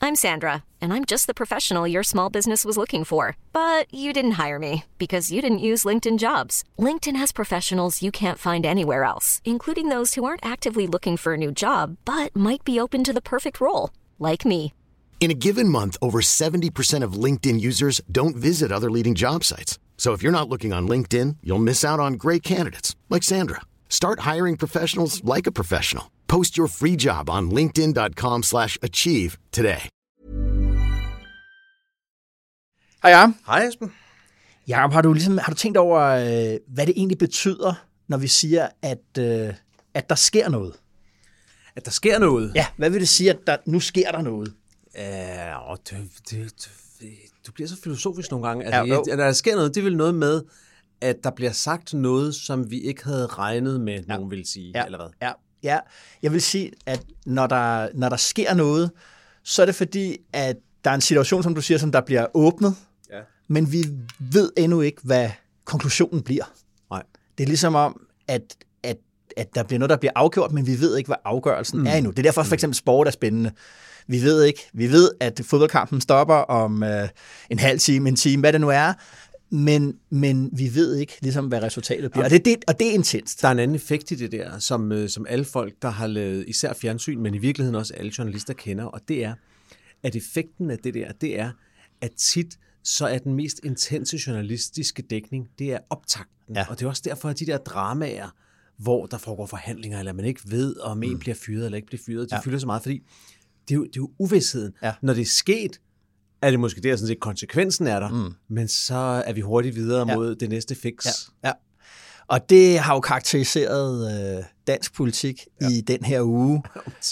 I'm Sandra, and I'm just the professional your small business was looking for. But you didn't hire me because you didn't use LinkedIn Jobs. LinkedIn has professionals you can't find anywhere else, including those who aren't actively looking for a new job, but might be open to the perfect role, like me. In a given month, over 70% of LinkedIn users don't visit other leading job sites. So if you're not looking on LinkedIn, you'll miss out on great candidates like Sandra. Start hiring professionals like a professional. Post your free job on linkedin.com/achieve today. Hej Jacob. Hej Esben. Jacob, har du tænkt over, hvad det egentlig betyder, når vi siger, at der sker noget? At der sker noget? Ja, hvad vil det sige, at nu sker der noget? Du bliver så filosofisk nogle gange. Altså, at der sker noget, det er vel noget med, at der bliver sagt noget, som vi ikke havde regnet med, nogen vil sige, eller hvad? Ja, jeg vil sige, at når der sker noget, så er det fordi, at der er en situation, som du siger, som der bliver åbnet, men vi ved endnu ikke, hvad konklusionen bliver. Nej. Det er ligesom om, at der bliver noget, der bliver afgjort, men vi ved ikke, hvad afgørelsen er endnu. Det er derfor for eksempel sport er spændende. Vi ved, at fodboldkampen stopper om en halv time, en time, hvad det nu er, men vi ved ikke, ligesom, hvad resultatet bliver. Og det er intenst. Der er en anden effekt i det der, som alle folk, der har lavet især fjernsyn, men i virkeligheden også alle journalister kender, og det er, at effekten af det der, det er, at tit så er den mest intense journalistiske dækning, det er optakten. Ja. Og det er også derfor, at de der dramaer, hvor der foregår forhandlinger, eller man ikke ved, om en bliver fyret eller ikke bliver fyret, de fylder så meget, fordi det er jo uvidsheden. Ja. Når det er sket, er det måske der, sådan set konsekvensen er der, men så er vi hurtigt videre mod det næste fix. Ja. Og det har jo karakteriseret dansk politik i den her uge.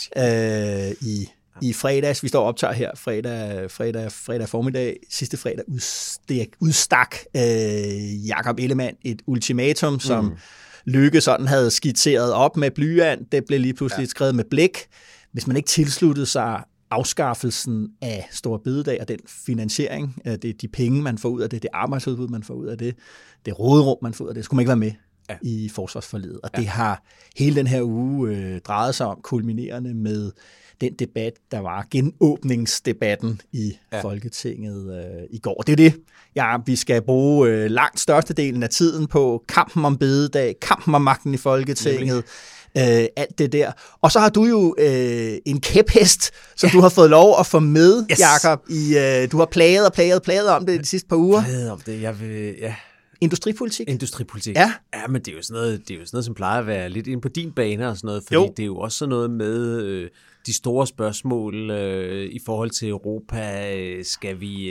I fredags, vi står og optager her fredag formiddag, sidste fredag udstak Jakob Ellemann et ultimatum, som Løkke sådan havde skitseret op med blyant. Det blev lige pludselig skrevet med blæk. Hvis man ikke tilsluttede sig afskaffelsen af Store Bededag og den finansiering, det er de penge, man får ud af det, det arbejdsudbud, man får ud af det, det råderum, man får ud af det, skulle man ikke være med i forsvarsforliget. Og det har hele den her uge drejet sig om, kulminerende med den debat, der var genåbningsdebatten i Folketinget i går. Det er det, vi skal bruge langt størstedelen af tiden på. Kampen om bededag, kampen om magten i Folketinget, alt det der. Og så har du jo en kæphest, som du har fået lov at få med, Jacob. Du har plaget om det de sidste par uger. Plaget om det, Industripolitik. Ja, men det er jo sådan noget, som plejer at være lidt inde på din bane og sådan noget, fordi det er jo også sådan noget med de store spørgsmål i forhold til Europa. Skal vi...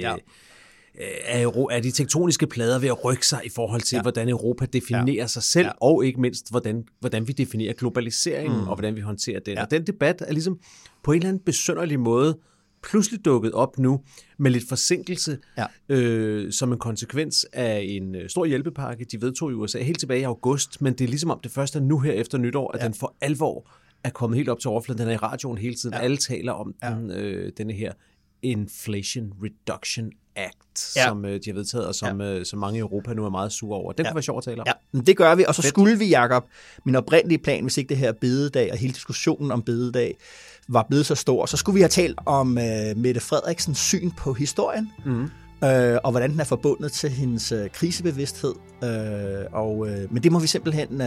Er de tektoniske plader ved at rykke sig i forhold til, hvordan Europa definerer sig selv, og ikke mindst, hvordan vi definerer globaliseringen, og hvordan vi håndterer den. Og den debat er ligesom på en eller anden besynderlig måde pludselig dukket op nu med lidt forsinkelse, som en konsekvens af en stor hjælpepakke, de vedtog i USA helt tilbage i august, men det er ligesom om det først er nu her efter nytår, at den for alvor er kommet helt op til overfladen. Den er i radioen hele tiden. Alle taler om den, denne her Inflation Reduction Act, som de har vedtaget, og som mange i Europa nu er meget sure over. Det kunne være sjovt at tale om. Ja, det gør vi, og så skulle vi, Jacob, min oprindelige plan, hvis ikke det her bededag og hele diskussionen om bededag var blevet så stor, så skulle vi have talt om Mette Frederiksens syn på historien, og hvordan den er forbundet til hendes krisebevidsthed. Men det må vi simpelthen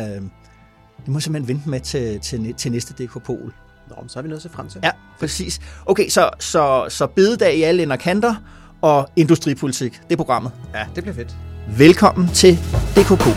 vente med til næste DK-pol. Nå, så er vi nødt til frem til. Ja, præcis. Okay, så bededag i alle ender kanter, og industripolitik, det er programmet. Ja, det bliver fedt. Velkommen til DK-pol.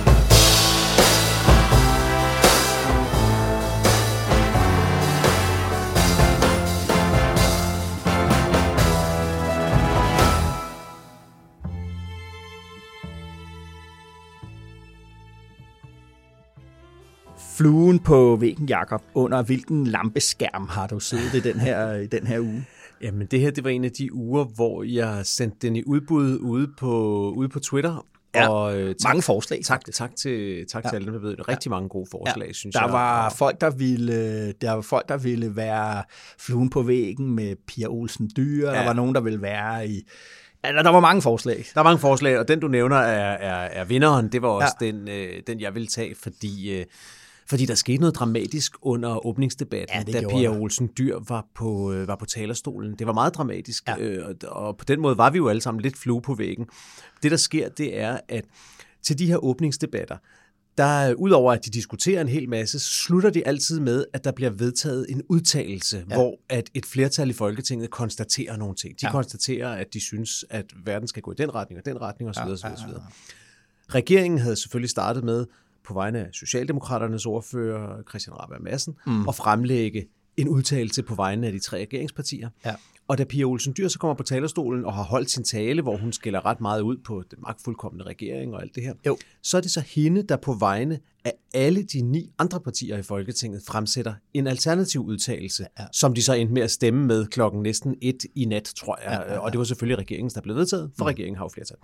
Fluen på væggen, Jakob. Under hvilken lampeskærm har du siddet i den her uge? Jamen det var en af de uger, hvor jeg sendte den i udbud ude på Twitter. Ja, og mange forslag. Tak til alle dem, der ved. Rigtig mange gode forslag, synes jeg. Der var folk, der ville være fluen på væggen med Pia Olsen Dyr. Der var nogen, der ville være i... Ja, der var mange forslag. Der var mange forslag, og den, du nævner, er vinderen. Det var også den, jeg ville tage, fordi Fordi der skete noget dramatisk under åbningsdebatten, da Pia Olsen Dyhr var på talerstolen. Det var meget dramatisk, og på den måde var vi jo alle sammen lidt flue på væggen. Det, der sker, det er, at til de her åbningsdebatter, der udover at de diskuterer en hel masse, slutter de altid med, at der bliver vedtaget en udtalelse, hvor at et flertal i Folketinget konstaterer nogle ting. De konstaterer, at de synes, at verden skal gå i den retning osv. osv. Regeringen havde selvfølgelig startet med, på vegne af Socialdemokraternes ordfører, Christian Rabjerg Madsen, at fremlægge en udtalelse på vegne af de 3 regeringspartier. Ja. Og da Pia Olsen Dyhr så kommer på talerstolen og har holdt sin tale, hvor hun skælder ret meget ud på den magtfuldkomne regering og alt det her, så er det så hende, der på vegne af alle de 9 andre partier i Folketinget fremsætter en alternativ udtalelse, som de så endte med at stemme med klokken næsten 1 i nat, tror jeg. Og det var selvfølgelig regeringens, der blev vedtaget, for regeringen har jo flertal.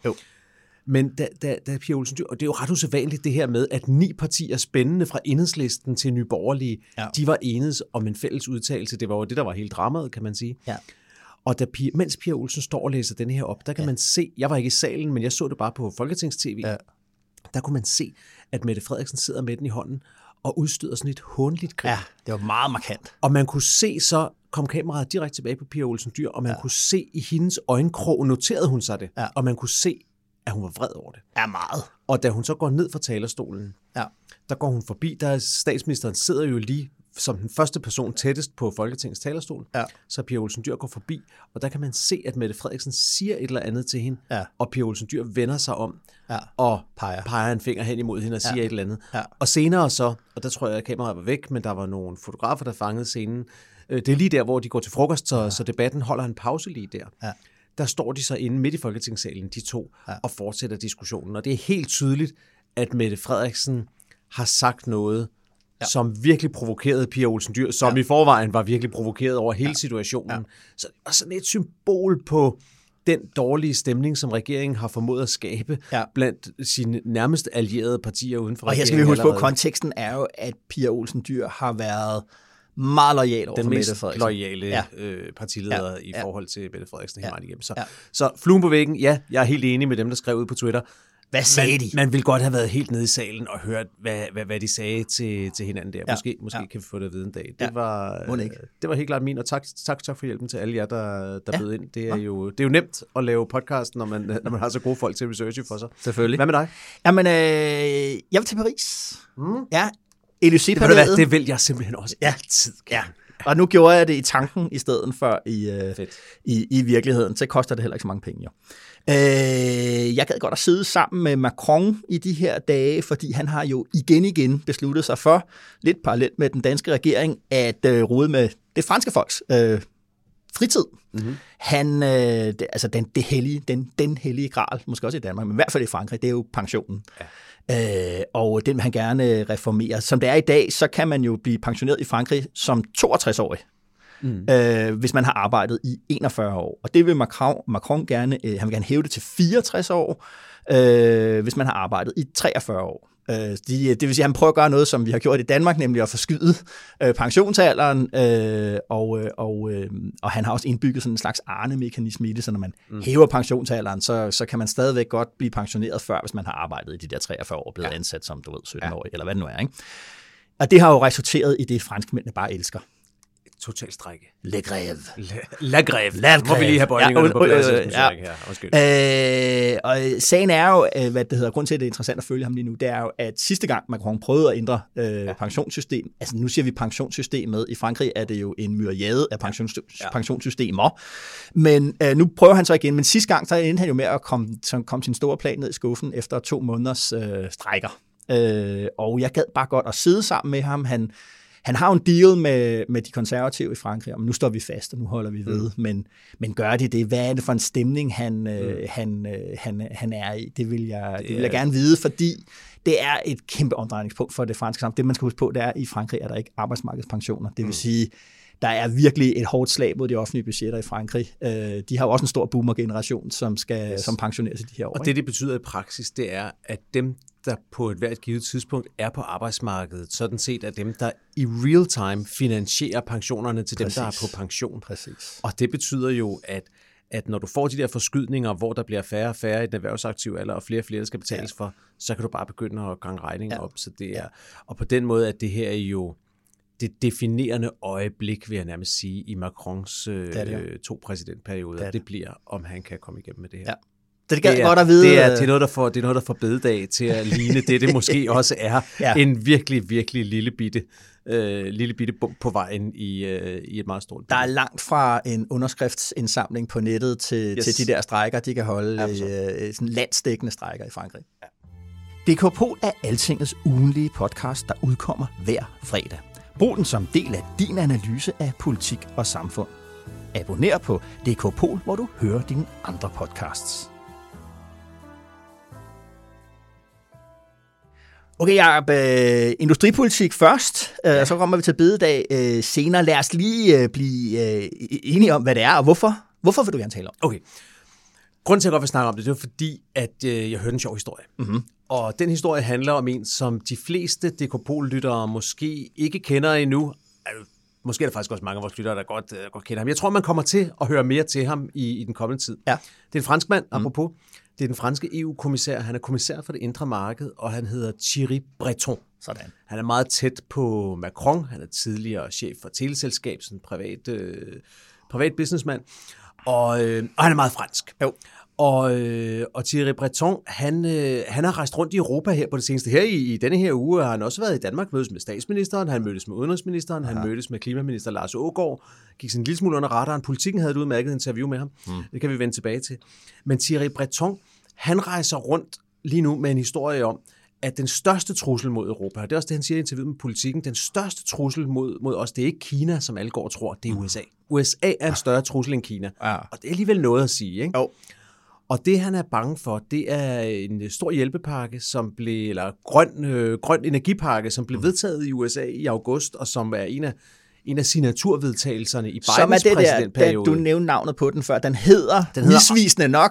Men da Pia Olsen Dyhr, og det er jo ret usædvanligt det her med, at 9 partier spændende fra Enhedslisten til Nye Borgerlige, de var enedes om en fælles udtalelse. Det var jo det, der var hele dramaet, kan man sige. Ja. Og mens Pia Olsen står og læser den her op, der kan man se, jeg var ikke i salen, men jeg så det bare på Folketings-TV, der kunne man se, at Mette Frederiksen sidder med den i hånden og udstøder sådan et hånligt grin. Ja, det var meget markant. Og man kunne se, så kom kameraet direkte tilbage på Pia Olsen Dyhr, og man kunne se i hendes øjenkrog, noterede hun sig det, og man kunne se, at hun var vred over det. Ja, meget. Og da hun så går ned fra talerstolen, der går hun forbi, der statsministeren sidder jo lige som den første person tættest på Folketingets talerstol, så Pia Olsen Dyhr går forbi, og der kan man se, at Mette Frederiksen siger et eller andet til hende, og Pia Olsen Dyhr vender sig om og peger en finger hen imod hende og siger et eller andet. Og senere så, og der tror jeg, at kameraet var væk, men der var nogle fotografer, der fangede scenen. Det er lige der, hvor de går til frokost, så debatten holder en pause lige der. Ja. Der står de så inde midt i Folketingssalen, de 2, og fortsætter diskussionen. Og det er helt tydeligt, at Mette Frederiksen har sagt noget, som virkelig provokerede Pia Olsen Dyhr, som i forvejen var virkelig provokeret over hele situationen. Så det var sådan et symbol på den dårlige stemning, som regeringen har formået at skabe blandt sine nærmest allierede partier uden for regeringen. Og her skal vi huske på, at konteksten er jo, at Pia Olsen Dyhr har været meget lojal over for Mette Frederiksen. Den mest loyale partileder i forhold til Mette Frederiksen hele vejen igennem. Så fluen på væggen, jeg er helt enig med dem, der skrev ud på Twitter. Hvad sagde de? Man ville godt have været helt nede i salen og hørt, hvad de sagde til hinanden der. Måske kan vi få det at vide en dag. Det var helt klart min, og tak for hjælpen til alle jer, der bød ind. Det er jo nemt at lave podcast, når man har så gode folk til at researche for sig. Selvfølgelig. Hvad med dig? Jamen, jeg vil til Paris. Ja. Det vil jeg simpelthen også altid. Ja. Og nu gjorde jeg det i tanken i stedet for i virkeligheden. Så koster det heller ikke så mange penge, jo. Jeg gad godt at sidde sammen med Macron i de her dage, fordi han har jo igen besluttet sig for, lidt parallelt med den danske regering, at rode med det franske folks fritid. Mm-hmm. Han, altså den hellige gral, måske også i Danmark, men i hvert fald i Frankrig, det er jo pensionen. Ja. Og den vil han gerne reformere. Som det er i dag, så kan man jo blive pensioneret i Frankrig som 62-årig, hvis man har arbejdet i 41 år. Og det vil Macron gerne, han vil gerne hæve det til 64 år, hvis man har arbejdet i 43 år. Det vil sige, at han prøver at gøre noget, som vi har gjort i Danmark, nemlig at forskyde pensionsalderen, og han har også indbygget sådan en slags Arne-mekanisme i det, så når man hæver pensionsalderen, så kan man stadigvæk godt blive pensioneret før, hvis man har arbejdet i de der 43 år og blevet ansat som, 17-årig, eller hvad det nu er. Ikke? Og det har jo resulteret i det, franskmændene bare elsker. Total strække. Le Grève. La Grève. Må vi lige have bøjningerne på plads her. Og sagen er jo, hvad det hedder, grund til, at det er interessant at følge ham lige nu, det er jo, at sidste gang Macron prøvede at ændre pensionssystem, altså nu siger vi pensionssystemet, i Frankrig er det jo en myriade af pensionssystemer, men nu prøver han så igen, men sidste gang, så endte han jo med at komme sin store plan ned i skuffen efter 2 måneders strækker. Og jeg gad bare godt at sidde sammen med ham. Han har jo en deal med de konservative i Frankrig, og nu står vi fast, og nu holder vi ved. Men gør de det? Hvad er det for en stemning, han er i? Det vil jeg gerne vide, fordi det er et kæmpe omdrejningspunkt for det franske samfund. Det, man skal huske på, det er, at i Frankrig er der ikke arbejdsmarkedspensioner. Det vil sige, der er virkelig et hårdt slag mod de offentlige budgetter i Frankrig. De har jo også en stor boomer-generation, som pensioneres i de her år. Og det betyder i praksis, det er, at dem, der på et hvert givet tidspunkt er på arbejdsmarkedet, sådan set er dem, der i real time finansierer pensionerne til dem, der er på pension. Præcis. Og det betyder jo, at at når du får de der forskydninger, hvor der bliver færre og færre i den erhvervsaktive alder, og flere der skal betales for, så kan du bare begynde at gange regningen op. Så det er, og på den måde, at det her er jo det definerende øjeblik, vil jeg nærmest sige, i Macrons 2 præsidentperioder. Det bliver, om han kan komme igennem med det her. Ja. Det er godt at vide. Det er noget, der får bededag til at ligne det måske også er en virkelig, virkelig lille bitte bump på vejen i et meget stort billede. Der er langt fra en underskriftsindsamling på nettet til de der strejker, de kan holde sådan landsdækkende strejker i Frankrig. Ja. DK-Pol er Altingets ugenlige podcast, der udkommer hver fredag. Brug den som del af din analyse af politik og samfund. Abonner på DK-Pol, hvor du hører dine andre podcasts. Okay, Jacob, industripolitik først, så kommer vi til bededag senere. Lad os lige blive enige om, hvad det er, og hvorfor. Hvorfor vil du gerne tale om? Okay. Grunden til, at jeg godt vil snakke om det, det er fordi, at jeg hørte en sjov historie. Mm-hmm. Og den historie handler om en, som de fleste DK-Pol-lyttere måske ikke kender endnu. Måske er der faktisk også mange af vores lyttere, der godt kender ham. Jeg tror, man kommer til at høre mere til ham i den kommende tid. Ja. Det er en fransk mand, apropos. Det er den franske EU-kommissær. Han er kommissær for det indre marked, og han hedder Thierry Breton. Sådan. Han er meget tæt på Macron. Han er tidligere chef for teleselskab, sådan en privat businessmand. Og han er meget fransk. Jo. Og Thierry Breton, han har rejst rundt i Europa her på det seneste. Her i denne her uge har han også været i Danmark, mødtes med statsministeren, han mødtes med udenrigsministeren, han mødtes med klimaminister Lars Aagaard, gik sådan en lille smule under radaren. Politikken havde et udmærket interview med ham. Det kan vi vende tilbage til. Men Thierry Breton, han rejser rundt lige nu med en historie om, at den største trussel mod Europa, og det er også det, han siger i interviewet med Politikken, den største trussel mod os, det er ikke Kina, som alle går og tror, det er USA. USA er en større trussel end Kina, og det er alligevel noget at sige, ikke? Oh. Og det, han er bange for, det er en stor hjælpepakke, eller grøn energipakke, som blev vedtaget i USA i august, og som er en af signaturvedtagelserne i Bidens præsidentperiode. Du nævnte navnet på den før. Den hedder misvisende nok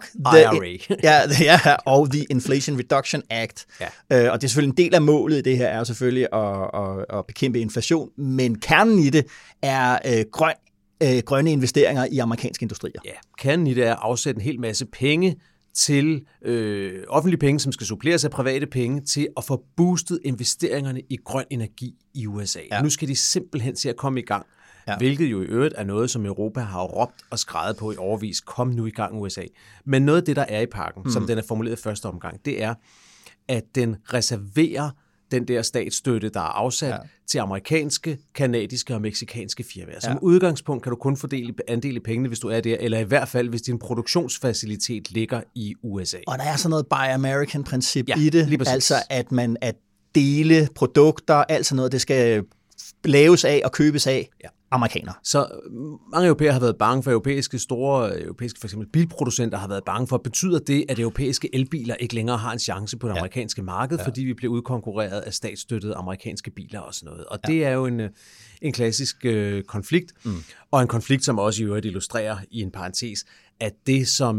IRA. og The Inflation Reduction Act. Ja. Og det er selvfølgelig en del af målet i det her, er jo selvfølgelig at bekæmpe inflation, men kernen i det er grønne investeringer i amerikanske industrier. Ja, kernen i det er at afsætte en hel masse penge til offentlige penge, som skal suppleres af private penge, til at få boostet investeringerne i grøn energi i USA. Ja. Nu skal de simpelthen se at komme i gang, hvilket jo i øvrigt er noget, som Europa har råbt og skreget på i årevis. Kom nu i gang, USA. Men noget af det, der er i pakken, som den er formuleret i første omgang, det er, at den reserverer den der statsstøtte, der er afsat til amerikanske, kanadiske og mexikanske firmaer. Som udgangspunkt kan du kun fordele andel i pengene, hvis du er der, eller i hvert fald, hvis din produktionsfacilitet ligger i USA. Og der er sådan noget Buy American-princip i det, altså at dele produkter, altså noget, det skal laves af og købes af amerikanere. Så mange europæere har været bange for, europæiske for eksempel bilproducenter har været bange for, betyder det, at europæiske elbiler ikke længere har en chance på det amerikanske marked, fordi vi bliver udkonkurreret af statsstøttede amerikanske biler og sådan noget. Og det er jo en klassisk konflikt, og en konflikt, som også i øvrigt illustrerer i en parentes, at det, som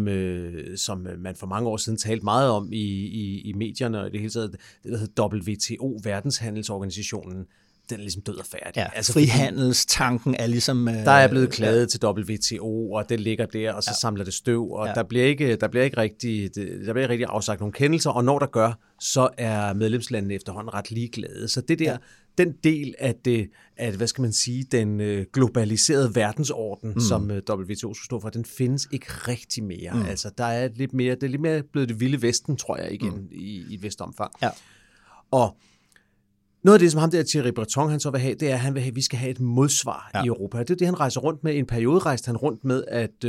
man for mange år siden talte meget om i medierne, og i det hele taget, det der hedder WTO, Verdenshandelsorganisationen, den er ligesom død og færdig. Ja, altså, frihandelstanken er ligesom... Der er blevet klaget til WTO, og det ligger der, og så samler det støv, og der bliver ikke rigtig afsagt nogle kendelser, og når der gør, så er medlemslandene efterhånden ret ligeglade. Så det der, den del af det, hvad skal man sige, den globaliserede verdensorden, som WTO skulle stå for, den findes ikke rigtig mere. Altså, der er lidt mere blevet det vilde vesten, tror jeg, igen, i et vist omfang. Ja. Og noget af det, som ham der Thierry Breton, han så vil have, det er, at han vil have, at vi skal have et modsvar i Europa. Det er det, han rejser rundt med. I en periode rejste han rundt med,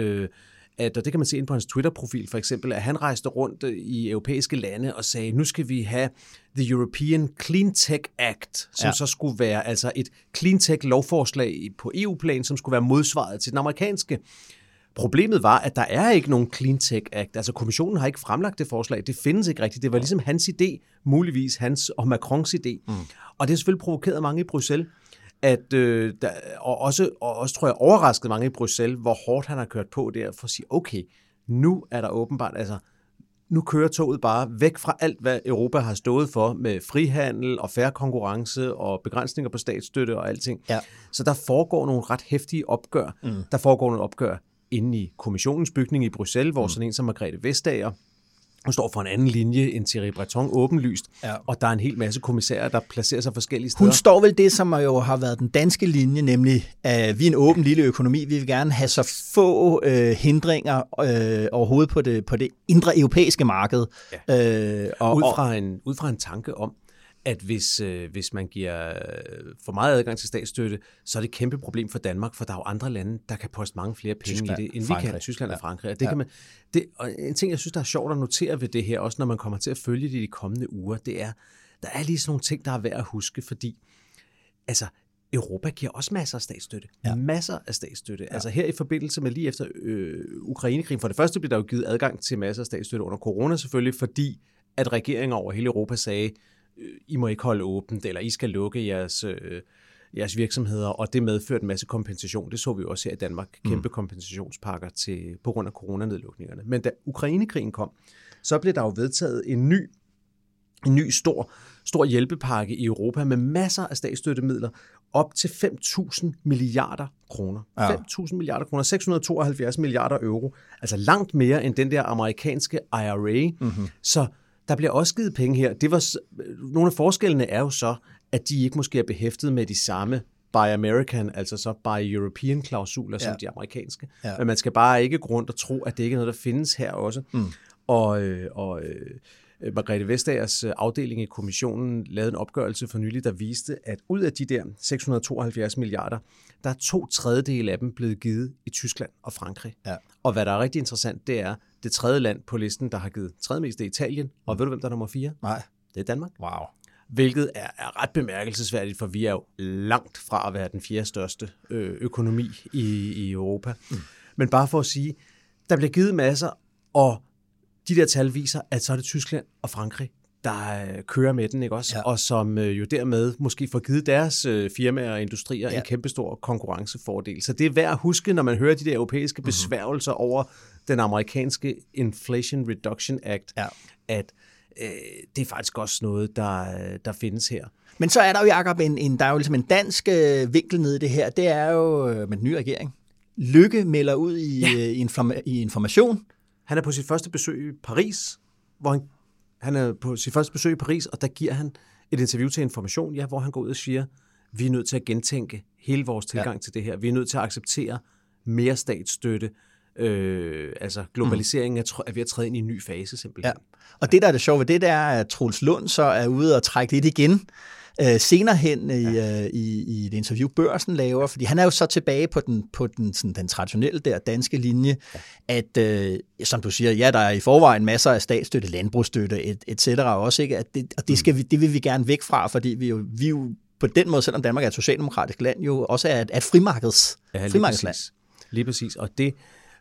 at og det kan man se ind på hans Twitter-profil for eksempel, at han rejste rundt i europæiske lande og sagde, nu skal vi have The European Clean Tech Act, som så skulle være altså et clean tech lovforslag på EU-plan, som skulle være modsvaret til den amerikanske. Problemet var, at der er ikke nogen Clean Tech Act. Altså kommissionen har ikke fremlagt det forslag. Det findes ikke rigtigt. Det var ligesom hans idé, muligvis hans og Macrons idé. Og det har selvfølgelig provokeret mange i Bruxelles, og også tror jeg overrasket mange i Bruxelles, hvor hårdt han har kørt på der for at sige, okay, nu er der åbenbart, altså nu kører toget bare væk fra alt, hvad Europa har stået for med frihandel og fair konkurrence og begrænsninger på statsstøtte og alting. Ja. Så der foregår nogle ret heftige opgør. Der foregår nogle opgør inde i kommissionens bygning i Bruxelles, hvor sådan en som Margrethe Vestager, hun står for en anden linje end Thierry Breton åbenlyst, og der er en hel masse kommissærer, der placerer sig forskellige steder. Hun står vel det, som jo har været den danske linje, nemlig, at vi er en åben lille økonomi, vi vil gerne have så få hindringer overhovedet på det indre europæiske marked. Ud fra en tanke om, at hvis man giver for meget adgang til statsstøtte, så er det et kæmpe problem for Danmark, for der er jo andre lande, der kan poste mange flere penge Tyskland, i det, end Frankrig. vi kan, Tyskland og Frankrig. Og det kan man, og en ting, jeg synes, der er sjovt at notere ved det her, også når man kommer til at følge det i de kommende uger, det er, der er lige sådan nogle ting, der er værd at huske, fordi altså, Europa giver også masser af statsstøtte. Masser af statsstøtte. Ja. Altså her i forbindelse med lige efter Ukrainekrigen, for det første blev der jo givet adgang til masser af statsstøtte under corona selvfølgelig, fordi at regeringer over hele Europa sagde, I må ikke holde åbent, eller I skal lukke jeres virksomheder, og det medførte en masse kompensation. Det så vi jo også her i Danmark. Kæmpe kompensationspakker på grund af coronanedlukningerne. Men da Ukrainekrigen kom, så blev der jo vedtaget en ny stor hjælpepakke i Europa med masser af statsstøttemidler, op til 5.000 milliarder kroner. 5.000 milliarder kroner, 672 milliarder euro. Altså langt mere end den der amerikanske IRA. Så der bliver også givet penge her. Nogle af forskellene er jo så, at de ikke måske er behæftet med de samme Buy American, altså så Buy European klausuler som de amerikanske. Men man skal bare ikke gå rundt og tro, at det ikke er noget, der findes her også. Og Margrethe Vestagers afdeling i kommissionen lavede en opgørelse for nylig, der viste, at ud af de der 672 milliarder, der er 2/3 af dem blevet givet i Tyskland og Frankrig. Ja. Og hvad der er rigtig interessant, det er det tredje land på listen, der har givet tredje mest, det er Italien. Og ved du, hvem der er nummer 4? Nej. Det er Danmark. Wow. Hvilket er ret bemærkelsesværdigt, for vi er jo langt fra at være den 4. største økonomi i Europa. Men bare for at sige, der bliver givet masser, og de der tal viser, at så er det Tyskland og Frankrig, der kører med den, ikke også? Ja. Og som jo dermed måske får givet deres firmaer og industrier en kæmpestor konkurrencefordel. Så det er værd at huske, når man hører de der europæiske besværgelser over den amerikanske Inflation Reduction Act, at det er faktisk også noget, der findes her. Men så er der jo, Jacob, der er jo ligesom en dansk vinkel nede i det her. Det er jo med den nye regering. Løkke melder ud i Information. Han er på sit første besøg i Paris, og der giver han et interview til Information, hvor han går ud og siger, vi er nødt til at gentænke hele vores tilgang til det her. Vi er nødt til at acceptere mere statsstøtte. Altså globaliseringen er ved at træde ind i en ny fase simpelthen. Ja. Og det, der er det sjove ved det, er, at Troels Lund så er ude og trække lidt igen senere hen i et interview, Børsen laver, fordi han er jo så tilbage på den traditionelle der danske linje, at som du siger, der er i forvejen masser af statsstøtte, landbrugsstøtte, et cetera også, ikke? Det vil vi gerne væk fra, fordi vi jo på den måde, selvom Danmark er et socialdemokratisk land, jo også er et frimarkedsland. Lige præcis. Og det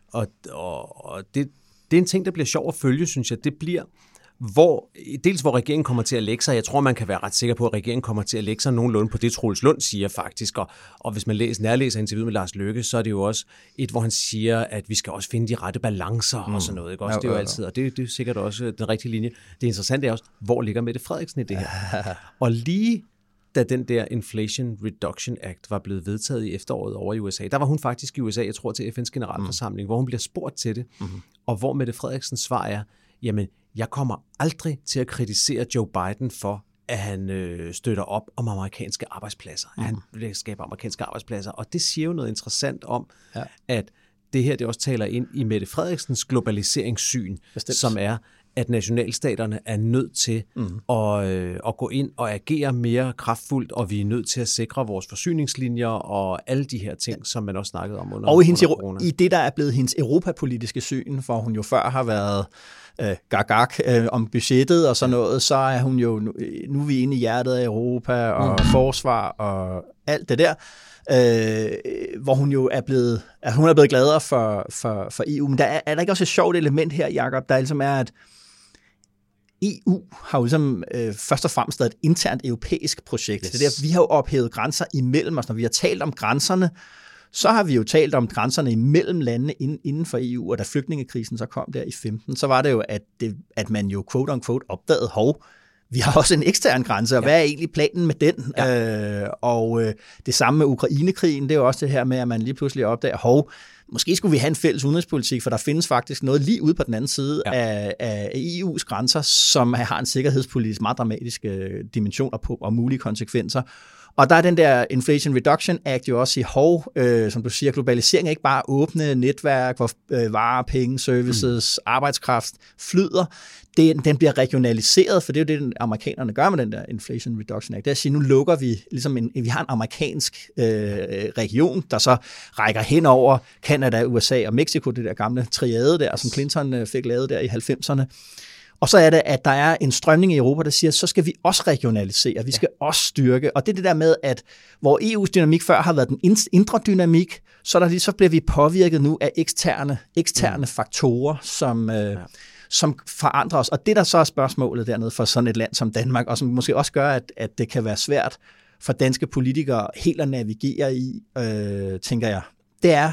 er en ting, der bliver sjov at følge, synes jeg. Det bliver, hvor regeringen kommer til at lægge sig. Jeg tror, man kan være ret sikker på, at regeringen kommer til at lægge sig nogenlunde på det, Troels Lund siger faktisk. Og hvis man nærlæser interviewet med Lars Løkke, så er det jo også et, hvor han siger, at vi skal også finde de rette balancer og sådan noget. Ikke? Også, det er jo altid, og det er sikkert også den rigtige linje. Det interessante er også, hvor ligger Mette Frederiksen i det her? Og lige da den der Inflation Reduction Act var blevet vedtaget i efteråret over i USA, der var hun faktisk i USA, jeg tror til FN's generalforsamling, hvor hun bliver spurgt til det, og hvor Mette Frederiksens svar er, jamen, jeg kommer aldrig til at kritisere Joe Biden for, at han støtter op om amerikanske arbejdspladser. Han vil skabe amerikanske arbejdspladser, og det siger jo noget interessant om, at det her det også taler ind i Mette Frederiksens globaliseringssyn, som er, at nationalstaterne er nødt til at gå ind og agere mere kraftfuldt, og vi er nødt til at sikre vores forsyningslinjer og alle de her ting, som man også snakkede om under corona. I det, der er blevet hendes europapolitiske syn, for hun jo før har været om budgettet og sådan noget, så er hun jo, nu er vi inde i hjertet af Europa og forsvar og alt det der, hvor hun jo er blevet, gladere for EU. Men er der ikke også et sjovt element her, Jacob, der ligesom er, at EU har jo ligesom først og fremmest været et internt europæisk projekt. Yes. Det der, vi har jo ophævet grænser imellem os. Når vi har talt om grænserne, så har vi jo talt om grænserne imellem landene inden for EU, og da flygtningekrisen så kom der i 15, så var det jo, at man jo quote-unquote opdagede, vi har også en ekstern grænse, og hvad er egentlig planen med den? Og det samme med Ukrainekrigen, det er jo også det her med, at man lige pludselig opdager, måske skulle vi have en fælles udenrigspolitik, for der findes faktisk noget lige ude på den anden side af EU's grænser, som har en sikkerhedspolitisk meget dramatisk dimensioner på og mulige konsekvenser. Og der er den der Inflation Reduction Act jo også i som du siger, globalisering er ikke bare åbne netværk, hvor varer, penge, services, arbejdskraft flyder. Den bliver regionaliseret, for det er jo det, amerikanerne gør med den der Inflation Reduction Act. Det er at sige, nu lukker vi, ligesom vi har en amerikansk region, der så rækker hen over Canada, USA og Mexico, det der gamle triade der, som Clinton fik lavet der i 90'erne. Og så er det, at der er en strømning i Europa, der siger, så skal vi også regionalisere, vi skal også styrke. Og det er det der med, at hvor EU's dynamik før har været den indre dynamik, så bliver vi påvirket nu af eksterne faktorer, som forandrer os. Og det der så er spørgsmålet dernede for sådan et land som Danmark, og som måske også gør, at det kan være svært for danske politikere helt at navigere i, tænker jeg, det er,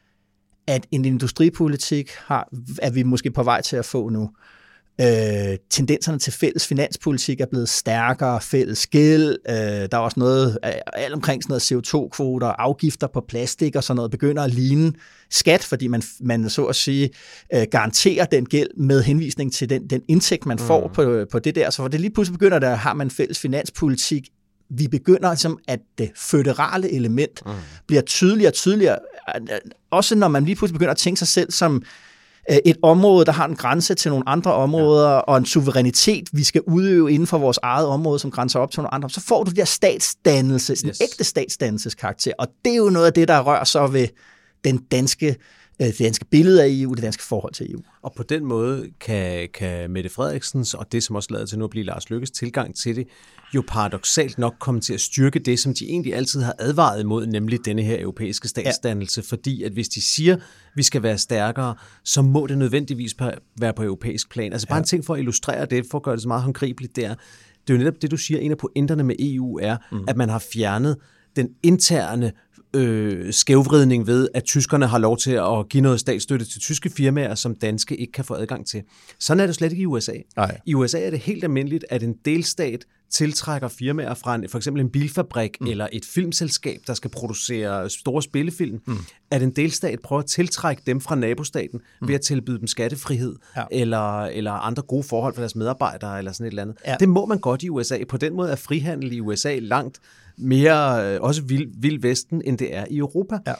at en industripolitik er vi måske på vej til at få nu. Tendenserne til fælles finanspolitik er blevet stærkere, fælles gæld, der er også noget alt omkring sådan noget CO2-kvoter, afgifter på plastik og sådan noget, begynder at ligne skat, fordi man så at sige garanterer den gæld med henvisning til den indtægt, man får på det der. Så for det lige pludselig begynder har man fælles finanspolitik. Vi begynder som at det føderale element bliver tydeligere og tydeligere, også når man lige pludselig begynder at tænke sig selv som et område, der har en grænse til nogle andre områder, og en suverænitet, vi skal udøve inden for vores eget område, som grænser op til nogle andre, så får du der statsdannelse, en ægte statsdannelseskarakter, og det er jo noget af det, der rører sig ved det danske billede af EU, det danske forhold til EU. Og på den måde kan Mette Frederiksens, og det som også lader til nu at blive Lars Løkkes tilgang til det, jo paradoksalt nok komme til at styrke det, som de egentlig altid har advaret imod, nemlig denne her europæiske statsdannelse, fordi at hvis de siger, at vi skal være stærkere, så må det nødvendigvis være på europæisk plan. Altså bare en ting for at illustrere det, for at gøre det så meget håndgribeligt der. Det er jo netop det, du siger, en af pointerne med EU er, at man har fjernet den interne skævvridning ved, at tyskerne har lov til at give noget statsstøtte til tyske firmaer, som danske ikke kan få adgang til. Sådan er det slet ikke i USA. Nej. I USA er det helt almindeligt, at en delstat tiltrækker firmaer fra for eksempel en bilfabrik eller et filmselskab, der skal producere store spillefilm, at en delstat prøver at tiltrække dem fra nabostaten ved at tilbyde dem skattefrihed eller andre gode forhold for deres medarbejdere eller sådan et eller andet. Ja. Det må man godt i USA. På den måde er frihandel i USA langt mere også vild vesten, end det er i Europa. Ja.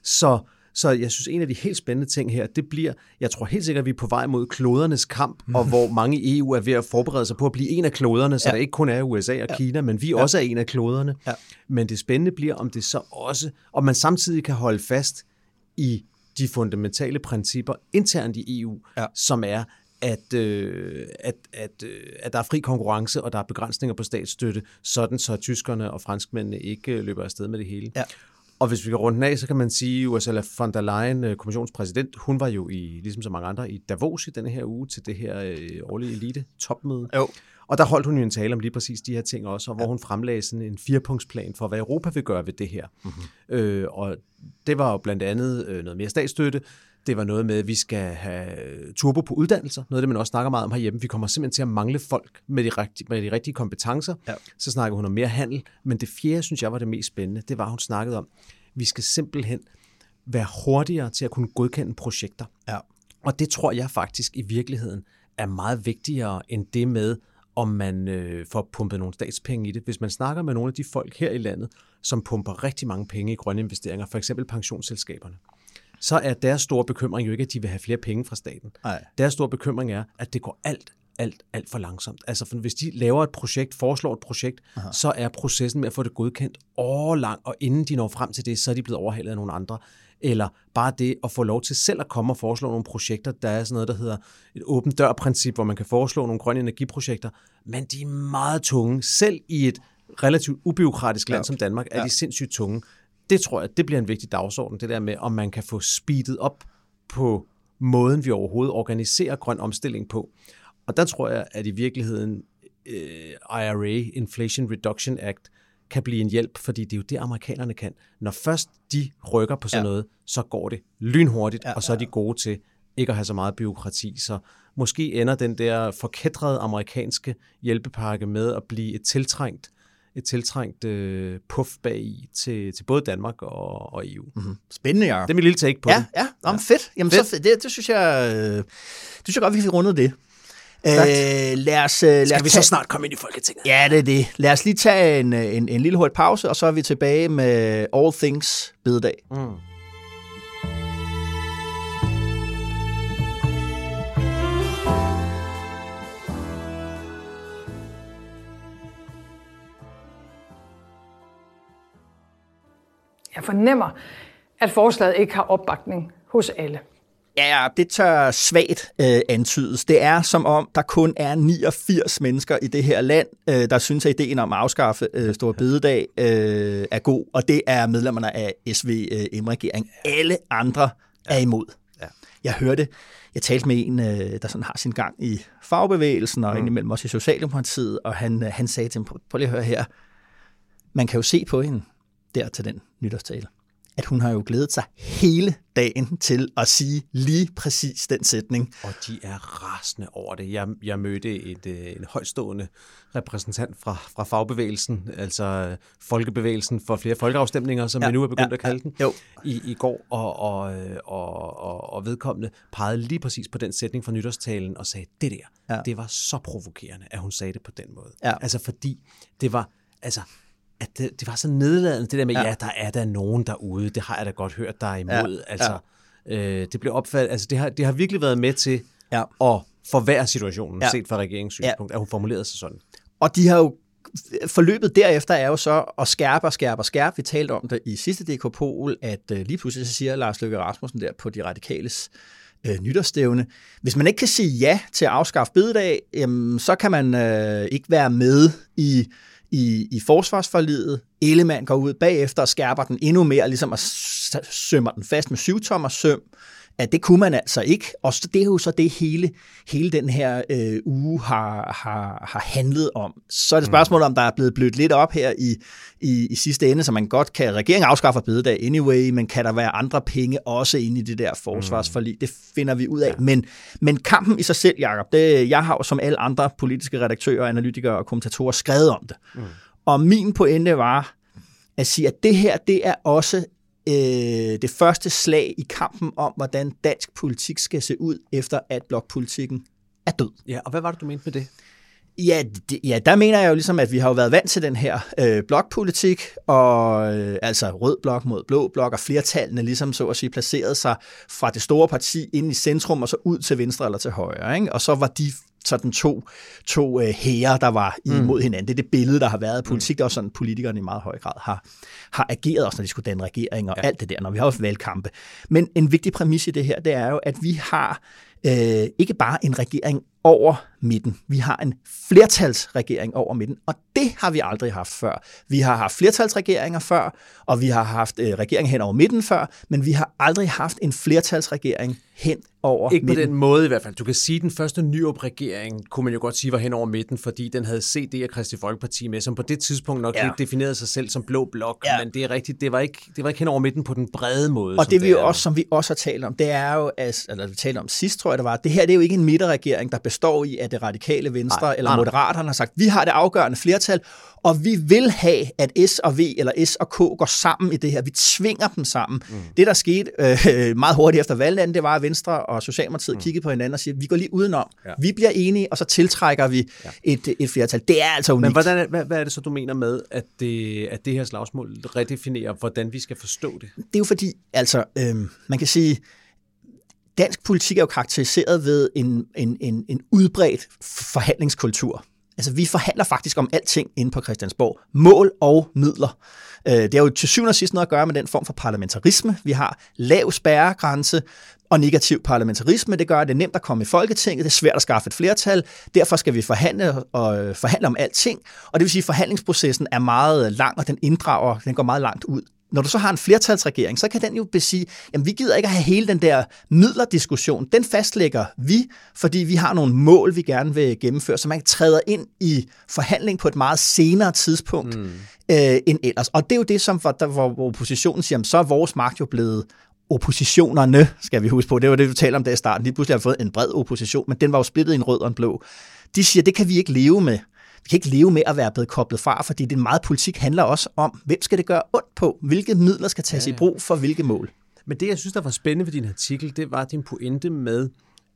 Så jeg synes, en af de helt spændende ting her, det bliver, jeg tror helt sikkert, at vi er på vej mod klodernes kamp, og hvor mange i EU er ved at forberede sig på at blive en af kloderne, så der ikke kun er USA og Kina, men vi også er en af kloderne. Ja. Men det spændende bliver, om det så også, om man samtidig kan holde fast i de fundamentale principper internt i EU, som er, at der er fri konkurrence, og der er begrænsninger på statsstøtte, sådan så tyskerne og franskmændene ikke løber afsted med det hele. Ja. Og hvis vi går rundt af, så kan man sige, at Ursula von der Leyen, kommissionspræsident, hun var jo ligesom så mange andre i Davos i denne her uge til det her årlige elite-topmøde. Jo. Og der holdt hun jo en tale om lige præcis de her ting også, og hvor hun fremlagde sådan en 4-punktsplan for, hvad Europa vil gøre ved det her. Og det var jo blandt andet noget mere statsstøtte. Det var noget med, at vi skal have turbo på uddannelser. Noget af det, man også snakker meget om herhjemme. Vi kommer simpelthen til at mangle folk med de rigtige kompetencer. Ja. Så snakkede hun om mere handel. Men det fjerde, synes jeg, var det mest spændende. Det var, hun snakkede om, vi skal simpelthen være hurtigere til at kunne godkende projekter. Ja. Og det tror jeg faktisk i virkeligheden er meget vigtigere end det med, om man får pumpet nogle statspenge i det. Hvis man snakker med nogle af de folk her i landet, som pumper rigtig mange penge i grønne investeringer, for eksempel pensionsselskaberne, så er deres store bekymring jo ikke, at de vil have flere penge fra staten. Ej. Deres store bekymring er, at det går alt for langsomt. Altså for hvis de laver et projekt, foreslår et projekt, så er processen med at få det godkendt årelang, og inden de når frem til det, så er de blevet overhalet af nogle andre. Eller bare det at få lov til selv at komme og foreslå nogle projekter. Der er sådan noget, der hedder et åben dør-princip, hvor man kan foreslå nogle grønne energiprojekter, men de er meget tunge. Selv i et relativt ubureaukratisk land som Danmark, er de sindssygt tunge. Det tror jeg, det bliver en vigtig dagsorden, det der med, om man kan få speedet op på måden, vi overhovedet organiserer grøn omstilling på. Og der tror jeg, at i virkeligheden IRA, Inflation Reduction Act, kan blive en hjælp, fordi det er jo det, amerikanerne kan. Når først de rykker på sådan noget, så går det lynhurtigt, og så er de gode til ikke at have så meget byråkrati, så måske ender den der forkætrede amerikanske hjælpepakke med at blive et tiltrængt puff bagi til både Danmark og EU. Mm-hmm. Spændende, Jacob. Det er mit lille take på det. Ja. Fedt. Jamen, fedt. Så, det synes jeg godt, vi fik rundet det. Skal vi så snart komme ind i Folketinget? Ja, det er det. Lad os lige tage en lille hurtig pause, og så er vi tilbage med All Things bededag. Jeg fornemmer, at forslaget ikke har opbakning hos alle. Ja, det tør svagt antydes. Det er som om, der kun er 89 mennesker i det her land, der synes, at ideen om at afskaffe Store Bededag er god, og det er medlemmerne af SVM-regeringen. Alle andre er imod. Ja. Jeg talte med en, der sådan har sin gang i fagbevægelsen, og indimellem også i Socialdemokratiet, og han sagde til mig, prøv lige at høre her, man kan jo se på hende der til den nytårstale, at hun har jo glædet sig hele dagen til at sige lige præcis den sætning. Og de er rasende over det. Jeg mødte en højtstående repræsentant fra fagbevægelsen, altså folkebevægelsen for flere folkeafstemninger, som vi nu er begyndt at kalde den, i går, og vedkommende pegede lige præcis på den sætning fra nytårstalen og sagde, det var så provokerende, at hun sagde det på den måde. Ja. Altså fordi det var, at det var så nedladende, det der med, der er der nogen derude, det har jeg da godt hørt, der er imod. Det blev opfattet, det har virkelig været med til at forværre situationen, set fra regeringens synspunkt, at hun formulerede sig sådan. Og de har jo, forløbet derefter er jo så at skærpe. Vi talte om det i sidste DK-pol, at lige pludselig så siger Lars Løkke Rasmussen der på de radikales nytårsstævne, hvis man ikke kan sige ja til at afskaffe bededag, så kan man ikke være med i forsvarsforliget. Ellemann går ud bagefter og skærper den endnu mere, ligesom at sømmer den fast med 7-tommer søm, at det kunne man altså ikke. Og det er jo så det hele den her uge har handlet om. Så er det spørgsmål, om der er blevet blødt lidt op her i sidste ende, så man godt kan, regeringen afskaffer bededag anyway, men kan der være andre penge også inde i det der forsvarsforlig? Det finder vi ud af. Men kampen i sig selv, Jacob, jeg har jo som alle andre politiske redaktører, analytikere og kommentatorer skrevet om det. Og min pointe var at sige, at det her, det er også det første slag i kampen om, hvordan dansk politik skal se ud, efter at blokpolitikken er død. Ja, og hvad var det, du mente med det? Ja, der mener jeg jo ligesom, at vi har jo været vant til den her blokpolitik, og altså rød blok mod blå blok, og flertallene ligesom så at sige placeret sig fra det store parti ind i centrum, og så ud til venstre eller til højre, ikke? Og så var de sådan to hære, der var imod hinanden. Det er det billede, der har været af politik. Det er også sådan, politikerne i meget høj grad har ageret, også når de skulle danne regering og alt det der, når vi har også valgkampe. Men en vigtig præmis i det her, det er jo, at vi har ikke bare en regering over midten. Vi har en flertalsregering over midten, og det har vi aldrig haft før. Vi har haft flertalsregeringer før, og vi har haft regeringer hen over midten før, men vi har aldrig haft en flertalsregering hen over ikke midten. På den måde i hvert fald. Du kan sige, at den første Nyrup-regering, kunne man jo godt sige, var hen over midten, fordi den havde CD og Kristeligt Folkeparti med, som på det tidspunkt nok ikke definerede sig selv som blå blok, men det er rigtigt, det var ikke hen over midten på den brede måde. Og det vi jo også, som vi også har talt om, det er jo, eller vi talte om sidst, tror jeg det var, det her det er jo ikke en midterregering, der består i, at det radikale Venstre eller Moderaterne har sagt, vi har det afgørende flertal, og vi vil have, at S og V eller S og K går sammen i det her. Vi tvinger dem sammen. Det, der skete meget hurtigt efter valget, det var, at Venstre og Socialdemokratiet kiggede på hinanden og siger, vi går lige udenom. Vi bliver enige, og så tiltrækker vi et flertal. Det er altså unikt. Men hvad er det så, du mener med, at det her slagsmål redefinerer, hvordan vi skal forstå det? Det er jo fordi, altså, man kan sige, dansk politik er jo karakteriseret ved en udbredt forhandlingskultur. Altså, vi forhandler faktisk om alting inde på Christiansborg. Mål og midler. Det har jo til syvende og sidst noget at gøre med den form for parlamentarisme. Vi har lav spærregrænse og negativ parlamentarisme. Det gør, at det er nemt at komme i Folketinget. Det er svært at skaffe et flertal. Derfor skal vi forhandle om alting. Og det vil sige, at forhandlingsprocessen er meget lang, og den går meget langt ud. Når du så har en flertalsregering, så kan den jo sige, jamen vi gider ikke at have hele den der midlerdiskussion. Den fastlægger vi, fordi vi har nogle mål, vi gerne vil gennemføre, så man træder ind i forhandling på et meget senere tidspunkt end ellers. Og det er jo det, som hvor oppositionen siger, jamen, så er vores magt jo blevet oppositionerne, skal vi huske på, det var det, du talte om der i starten, lige pludselig har vi fået en bred opposition, men den var jo splittet i en rød og en blå. De siger, det kan vi ikke leve med. Vi kan ikke leve med at være blevet koblet fra, fordi det meget politik handler også om, hvem skal det gøre ondt på? Hvilke midler skal tages i brug for hvilke mål? Men det, jeg synes, der var spændende ved din artikel, det var din pointe med,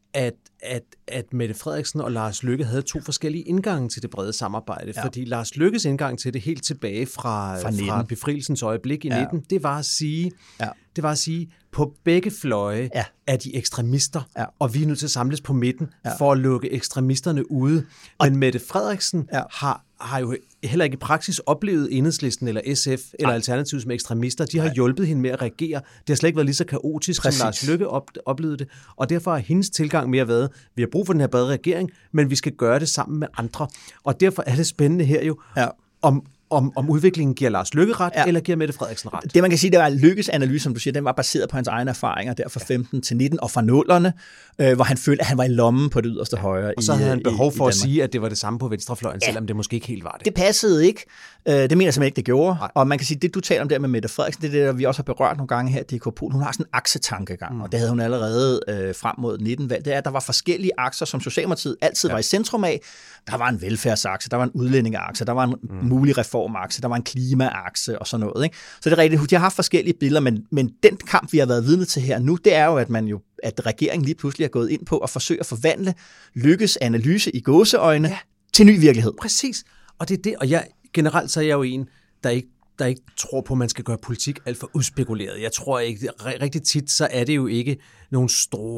at Mette Frederiksen og Lars Løkke havde to forskellige indgange til det brede samarbejde. Ja. Fordi Lars Løkkes indgang til det helt tilbage fra befrielsens øjeblik i 19, det var at sige, på begge fløje er de ekstremister, og vi er nødt til at samles på midten for at lukke ekstremisterne ude. Men Mette Frederiksen har jo heller ikke i praksis oplevet Enhedslisten eller SF eller Alternativet som ekstremister. De har hjulpet hende med at regere. Det har slet ikke været lige så kaotisk, som Lars Løkke oplevede det. Og derfor har hendes tilgang mere været, vi har brug for den her brede regering, men vi skal gøre det sammen med andre. Og derfor er det spændende her jo, om udviklingen giver Lars Løkke ret, eller giver Mette Frederiksen ret. Det man kan sige, det var Løkkes analyse, som du siger, den var baseret på hans egne erfaringer der fra 15 til 19 og fra 0'erne, hvor han følte, at han var i lommen på det yderste højre. Og så havde han behov for at sige, at det var det samme på venstrefløjen, selvom det måske ikke helt var det. Det passede ikke. Det mener jeg simpelthen ikke, det gjorde. Nej. Og man kan sige, det du taler om der med Mette Frederiksen, det er det, vi også har berørt nogle gange her i DK Pol. Hun har sådan en aksetankegang, og det havde hun allerede frem mod 19-valg. Det er, at der var forskellige akser, som Socialdemokratiet altid var i centrum af. Der var en velfærdsakse, der var en udlændingeakse, der var en mulig reformakse, der var en klimaakse og sådan noget. Ikke? Så det er rigtigt, de har haft forskellige billeder, men den kamp, vi har været vidne til her nu, det er jo, at regeringen lige pludselig er gået ind på at forsøge at forvandle Løkkes analyse i gåseøjne til ny virkelighed. Præcis. Og det er det, og generelt så er jeg jo en, der ikke tror på, at man skal gøre politik alt for udspekuleret. Jeg tror ikke, rigtig tit, så er det jo ikke nogle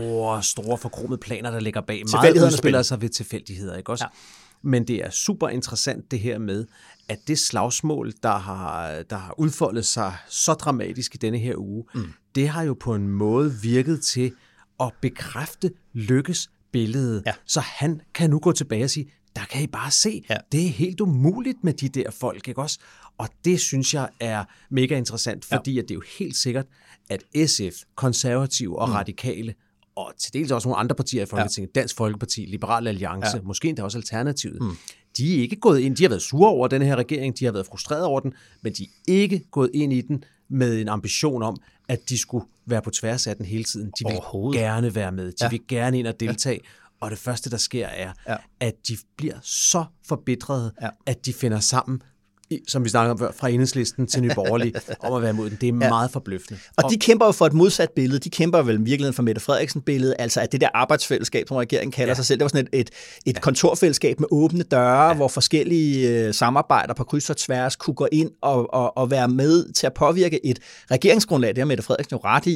store forkromede planer, der ligger bag. Meget udspiller sig ved tilfældigheder, ikke også? Ja. Men det er super interessant det her med, at det slagsmål, der har udfoldet sig så dramatisk i denne her uge, det har jo på en måde virket til at bekræfte Løkkes billede. Ja. Så han kan nu gå tilbage og sige, der kan I bare se, det er helt umuligt med de der folk, ikke også? Og det synes jeg er mega interessant, fordi at det er jo helt sikkert, at SF, konservative og radikale, og til dels også nogle andre partier i Folketinget, Dansk Folkeparti, Liberal Alliance, måske endda også Alternativet, de er ikke gået ind, de har været sure over den her regering, de har været frustrerede over den, men de er ikke gået ind i den med en ambition om, at de skulle være på tværs af den hele tiden. De vil gerne være med, de vil gerne ind og deltage, og det første, der sker, er, at de bliver så forbitrede, at de finder sammen, som vi snakkede om før, fra Enhedslisten til Nye Borgerlige, om at være imod den. Det er meget forbløffende. Og de kæmper jo for et modsat billede. De kæmper vel i virkeligheden for Mette Frederiksen-billedet, altså at det der arbejdsfællesskab, som regeringen kalder sig selv, det var sådan et kontorfællesskab med åbne døre, hvor forskellige samarbejder på kryds og tværs kunne gå ind og være med til at påvirke et regeringsgrundlag, det har Mette Frederiksen jo ret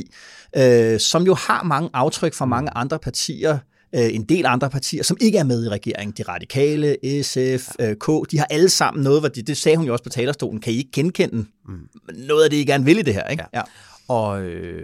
i, som jo har mange aftryk fra mange andre partier, en del andre partier, som ikke er med i regeringen. De radikale, SF, K, de har alle sammen noget, hvor det sagde hun jo også på talerstolen, kan I ikke genkende noget af det, I gerne vil i det her, ikke? Ja. Og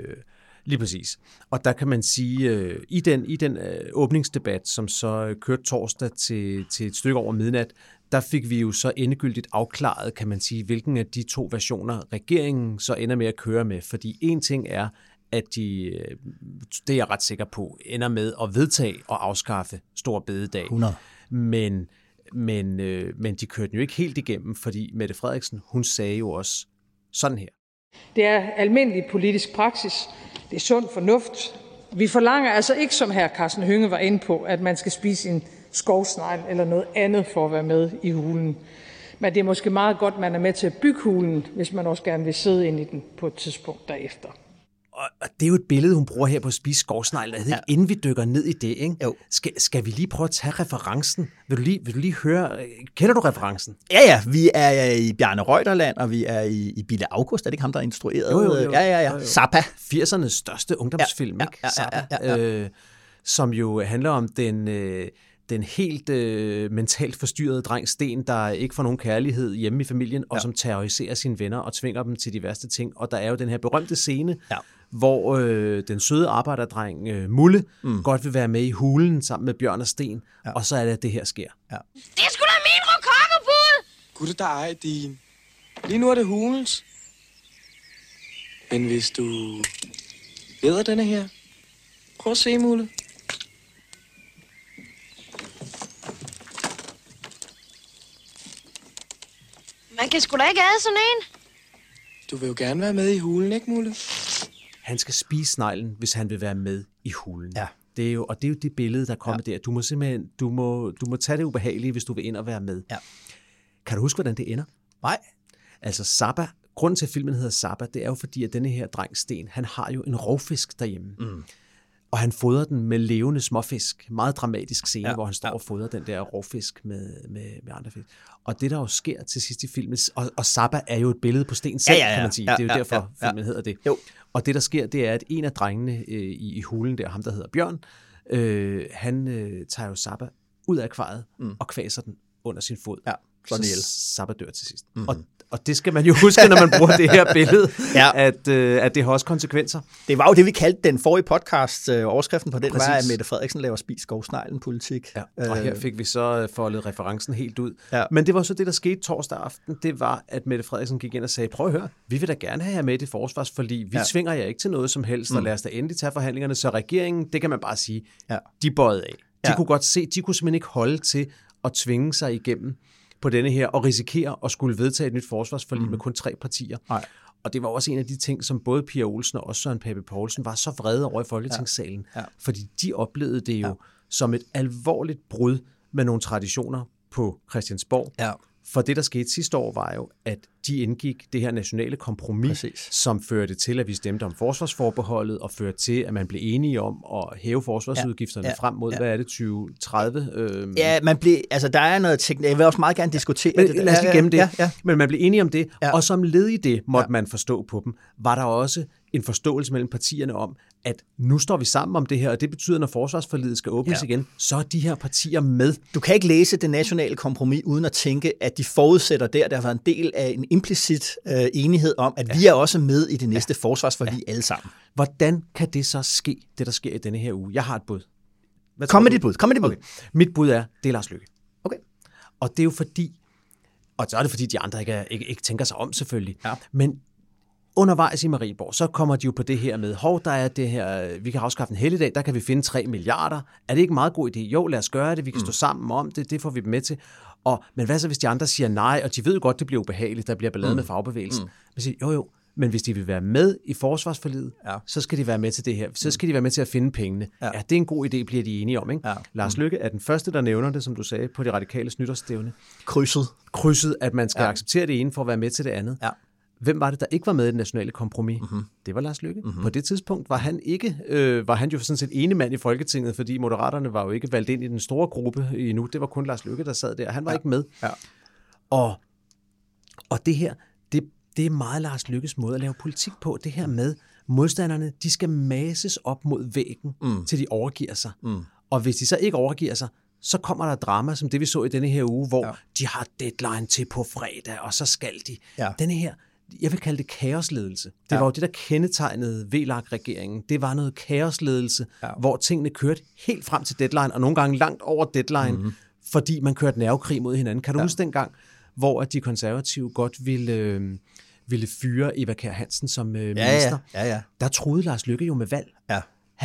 lige præcis. Og der kan man sige, i den åbningsdebat, som så kørte torsdag til et stykke over midnat, der fik vi jo så endegyldigt afklaret, kan man sige, hvilken af de to versioner regeringen så ender med at køre med. Fordi en ting er, at de, det er jeg ret sikker på, ender med at vedtage og afskaffe Store Bededag. 100. Men de kørte jo ikke helt igennem, fordi Mette Frederiksen, hun sagde jo også sådan her. Det er almindelig politisk praksis. Det er sund fornuft. Vi forlanger altså ikke, som hr. Karsten Hønge var inde på, at man skal spise en skovsnegl eller noget andet for at være med i hulen. Men det er måske meget godt, man er med til at bygge hulen, hvis man også gerne vil sidde ind i den på et tidspunkt derefter. Og det er jo et billede, hun bruger her på at spise skovsnegl, inden vi dykker ned i det, ikke? Skal vi lige prøve at tage referencen? Vil du lige høre, kender du referencen? Ja, vi er i Bjarne Reuterland, og vi er i Bille August, er det ikke ham, der er instrueret? Jo. Ja. Zappa. 80'ernes største ungdomsfilm, ikke? Zappa. Som jo handler om den helt mentalt forstyrrede dreng Sten, der ikke får nogen kærlighed hjemme i familien, og som terroriserer sine venner og tvinger dem til de værste ting. Og der er jo den her berømte scene, hvor den søde arbejderdreng Mulle godt vil være med i hulen sammen med Bjørn og Sten, og så er det her sker. Ja. Det er sgu da min rokokkepude! Gud, der er din. Lige nu er det hulens. Men hvis du leder denne her, prøv at se, Mulle. Man kan sgu da ikke have sådan en. Du vil jo gerne være med i hulen, ikke, Mulle? Han skal spise sneglen, hvis han vil være med i hulen. Ja. Det er jo det billede, der kommer der. Du må simpelthen, du må tage det ubehagelige, hvis du vil ind og være med. Ja. Kan du huske, hvordan det ender? Nej. Altså Zappa, grunden til, at filmen hedder Zappa, det er jo fordi, at denne her dreng Sten, han har jo en rovfisk derhjemme. Og han fodrer den med levende småfisk. Meget dramatisk scene, hvor han står og fodrer den der rovfisk med andre fisk. Og det, der jo sker til sidst i filmen, og Zappa er jo et billede på Sten selv, kan man sige. Det er jo derfor, filmen hedder det. Jo. Og det, der sker, det er, at en af drengene i hulen der, ham der hedder Bjørn, han tager jo Zappa ud af akvariet og kvaser den under sin fod. Ja. Så Zappa dør til sidst. Og det skal man jo huske, når man bruger det her billede, at det har også konsekvenser. Det var jo det, vi kaldte den forrige podcast. Overskriften på den var, at Mette Frederiksen laver spis skovsneglen-politik. Ja, og her fik vi så foldet referencen helt ud. Ja. Men det var så det, der skete torsdag aften. Det var, at Mette Frederiksen gik ind og sagde, prøv at høre, vi vil da gerne have jer med i forsvarsforlig. Vi tvinger jer ikke til noget som helst, og lad os da endelig tage forhandlingerne. Så regeringen, det kan man bare sige, de bøjede af. De kunne godt se, de kunne simpelthen ikke holde til at tvinge sig igennem på denne her, og risikere at skulle vedtage et nyt forsvarsforlig med kun 3 partier. Nej. Og det var også en af de ting, som både Pia Olsen og også Søren Pape Poulsen var så vrede over i Folketingssalen. Ja. Fordi de oplevede det jo som et alvorligt brud med nogle traditioner på Christiansborg. Ja. For det, der skete sidste år, var jo, at de indgik det her nationale kompromis, som førte til, at vi stemte om forsvarsforbeholdet, og førte til, at man blev enige om at hæve forsvarsudgifterne frem mod, hvad er det, 2030? Man blev, altså der er noget teknik, jeg vil også meget gerne diskutere men, det. Lad os lige gemme det. Men man blev enige om det, og som led i det, måtte man forstå på dem, var der også en forståelse mellem partierne om, at nu står vi sammen om det her, og det betyder, når forsvarsforliget skal åbnes igen, så er de her partier med. Du kan ikke læse det nationale kompromis, uden at tænke, at de forudsætter der har været en del af en implicit enighed om, at vi er også med i det næste forsvarsforlig alle sammen. Hvordan kan det så ske, det der sker i denne her uge? Jeg har et bud. Kom med dit bud. Okay. Mit bud er, det er Lars Løkke. Okay. Og det er jo fordi, og så er det fordi, de andre ikke tænker sig om selvfølgelig, men undervejs i Marienborg, så kommer de jo på det her med, der er det her, vi kan afskaffe en helligdag, der kan vi finde 3 milliarder. Er det ikke en meget god idé? Jo, lad os gøre det, vi kan stå sammen om det, det får vi dem med til. Men hvad så, hvis de andre siger nej, og de ved godt, det bliver ubehageligt, der bliver ballade med fagbevægelsen. Men siger, jo, men hvis de vil være med i forsvarsforliget, så skal de være med til det her. Så skal de være med til at finde pengene. Ja, det er en god idé, bliver de enige om. Ikke? Ja. Lars Løkke er den første, der nævner det, som du sagde, på de radikale nytårsstævne. Krydset, at man skal acceptere det ene for at være med til det andet. Ja. Hvem var det, der ikke var med i det nationale kompromis? Det var Lars Løkke. På det tidspunkt var han jo sådan set ene mand i Folketinget, fordi Moderaterne var jo ikke valgt ind i den store gruppe endnu. Det var kun Lars Løkke, der sad der. Han var ikke med. Ja. Og det her, det er meget Lars Løkkes måde at lave politik på. Det her med modstanderne, de skal mases op mod væggen, til de overgiver sig. Og hvis de så ikke overgiver sig, så kommer der drama, som det vi så i denne her uge, hvor de har deadline til på fredag, og så skal de. Ja. Denne her, jeg vil kalde det kaosledelse. Det var jo det, der kendetegnede VLAG-regeringen. Det var noget kaosledelse, hvor tingene kørte helt frem til deadline, og nogle gange langt over deadline, fordi man kørte nervekrig mod hinanden. Kan du huske dengang, hvor de konservative godt ville fyre Eva Kjær Hansen som minister? Ja. Der troede Lars Løkke jo med valg. Ja.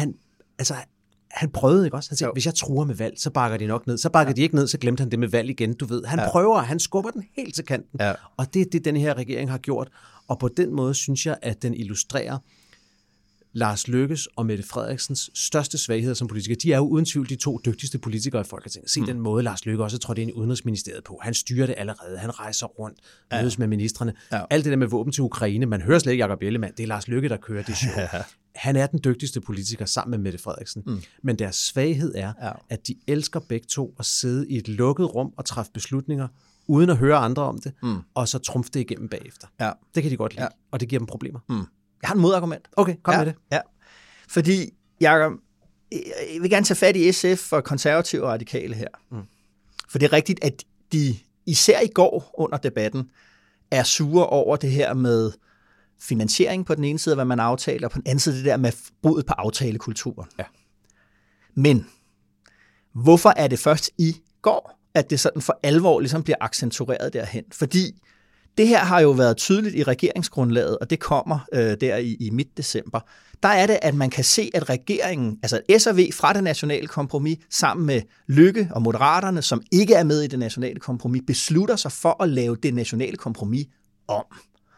Han prøvede, ikke også? Han sagde, hvis jeg truer med valg, så bakker de nok ned. Så bakker de ikke ned, så glemte han det med valg igen, du ved. Han prøver, han skubber den helt til kanten. Ja. Og det er det, den her regering har gjort. Og på den måde synes jeg, at den illustrerer Lars Løkkes og Mette Frederiksens største svagheder som politikere. De er jo uden tvivl de 2 dygtigste politikere i Folketinget. Se den måde, Lars Løkke også trådte ind i Udenrigsministeriet på. Han styrer det allerede. Han rejser rundt, mødes med ministrene. Ja. Alt det der med våben til Ukraine. Man hører slet ikke Jakob Ellemann. Det er Lars Løkke, der kører det show. Han er den dygtigste politiker sammen med Mette Frederiksen. Men deres svaghed er, at de elsker begge to at sidde i et lukket rum og træffe beslutninger, uden at høre andre om det, og så trumfe det igennem bagefter. Ja. Det kan de godt lide, og det giver dem problemer. Jeg har et modargument. Okay, kom med det. Ja. Fordi, Jacob, jeg vil gerne tage fat i SF og konservative og radikale her. For det er rigtigt, at de, især i går under debatten, er sure over det her med finansiering på den ene side, hvad man aftaler, og på den anden side det der med bruddet på aftalekulturen. Ja. Men hvorfor er det først i går, at det sådan for alvor ligesom bliver accentueret derhen? Fordi det her har jo været tydeligt i regeringsgrundlaget, og det kommer der i midt december. Der er det, at man kan se, at regeringen, altså S&V fra det nationale kompromis, sammen med Løkke og Moderaterne, som ikke er med i det nationale kompromis, beslutter sig for at lave det nationale kompromis om.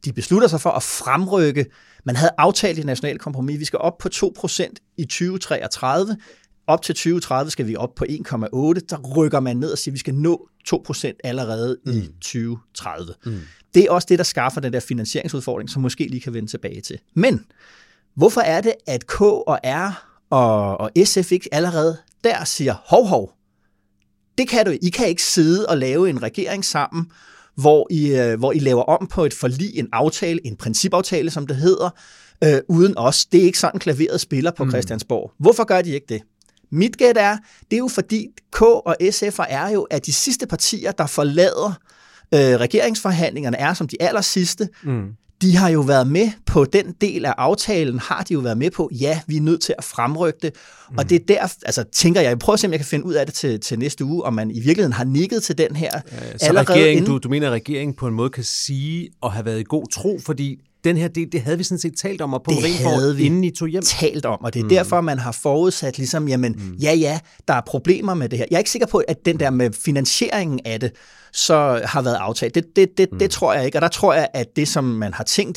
de beslutter sig for at fremrykke. Man havde aftalt i det nationale kompromis, vi skal op på 2% i 2033. Op til 2030 skal vi op på 1,8. Der rykker man ned og siger, at vi skal nå 2% allerede i 2030. Det er også det, der skaffer den der finansieringsudfordring, som måske lige kan vende tilbage til. Men hvorfor er det, at K og R og SF ikke allerede der siger, hov, det kan du, I kan ikke sidde og lave en regering sammen, hvor I laver om på et forlig, en aftale, en principaftale, som det hedder, uden os. Det er ikke sådan, klaveret spiller på Christiansborg. Hvorfor gør de ikke det? Mit gæt er, det er jo fordi K og SF er jo af de sidste partier, der forlader regeringsforhandlingerne, er som de aller sidste. De har jo været med på den del af aftalen, har de jo været med på, ja, vi er nødt til at fremrykke det. Og det er der, altså tænker jeg prøver at se, om jeg kan finde ud af det til næste uge, om man i virkeligheden har nikket til den her så du mener, at regeringen på en måde kan sige og have været i god tro, fordi den her del, det havde vi sådan set talt om, og på Marienborg, inden I tog hjem. Talt om, og det er derfor, man har forudsat ligesom, jamen, ja, der er problemer med det her. Jeg er ikke sikker på, at den der med finansieringen af det, så har været aftalt. Det tror jeg ikke, og der tror jeg, at det, som man har tænkt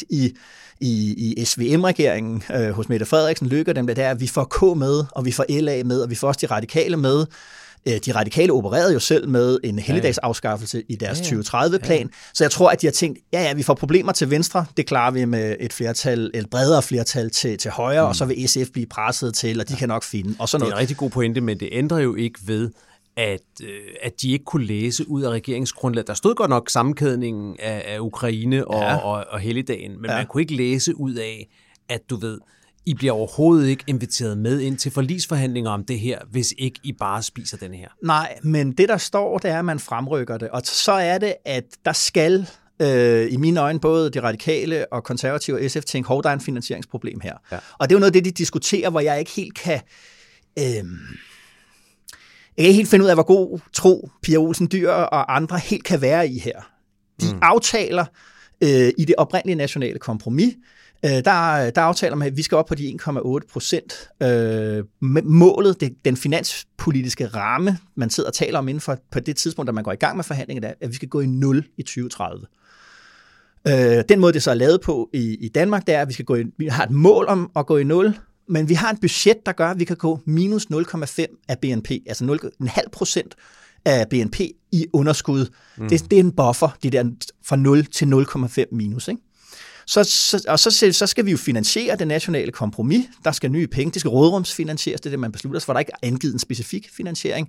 i SVM-regeringen hos Mette Frederiksen, Løkke og dem der, at vi får K med, og vi får LA med, og vi får også de radikale med. De radikale opererede jo selv med en helligdagsafskaffelse i deres 2030-plan, så jeg tror, at de har tænkt, ja, vi får problemer til venstre, det klarer vi med et bredere flertal til højre, og så vil SF blive presset til, og de kan nok finde, og sådan noget. Det er en rigtig god pointe, men det ændrer jo ikke ved, at de ikke kunne læse ud af regeringsgrundlaget. Der stod godt nok sammenkædningen af Ukraine og helligdagen, men man kunne ikke læse ud af, at du ved, I bliver overhovedet ikke inviteret med ind til forligsforhandlinger om det her, hvis ikke I bare spiser den her. Nej, men det der står, det er, at man fremrykker det. Og så er det, at der skal, i mine øjne, både de radikale og konservative og SF tænke, der er en finansieringsproblem her. Ja. Og det er jo noget af det, de diskuterer, hvor jeg ikke helt kan... jeg kan ikke helt finde ud af, hvor god tro Pia Olsen Dyhr og andre helt kan være i her. De aftaler i det oprindelige nationale kompromis, der aftaler man, at vi skal op på de 1,8%. Målet, den finanspolitiske ramme, man sidder og taler om inden for på det tidspunkt, da man går i gang med forhandlinger, er, at vi skal gå i 0 i 2030. Den måde, det så er lavet på i Danmark, det er, at vi har et mål om at gå i 0, men vi har et budget, der gør, at vi kan gå minus 0,5 af BNP, altså 0,5% af BNP i underskud. Det er en buffer, det der fra 0 til 0,5 minus, ikke? Så skal vi jo finansiere det nationale kompromis. Der skal nye penge. Det skal råderumsfinansieres. Det er det, man beslutter sig for. Der er ikke angivet en specifik finansiering.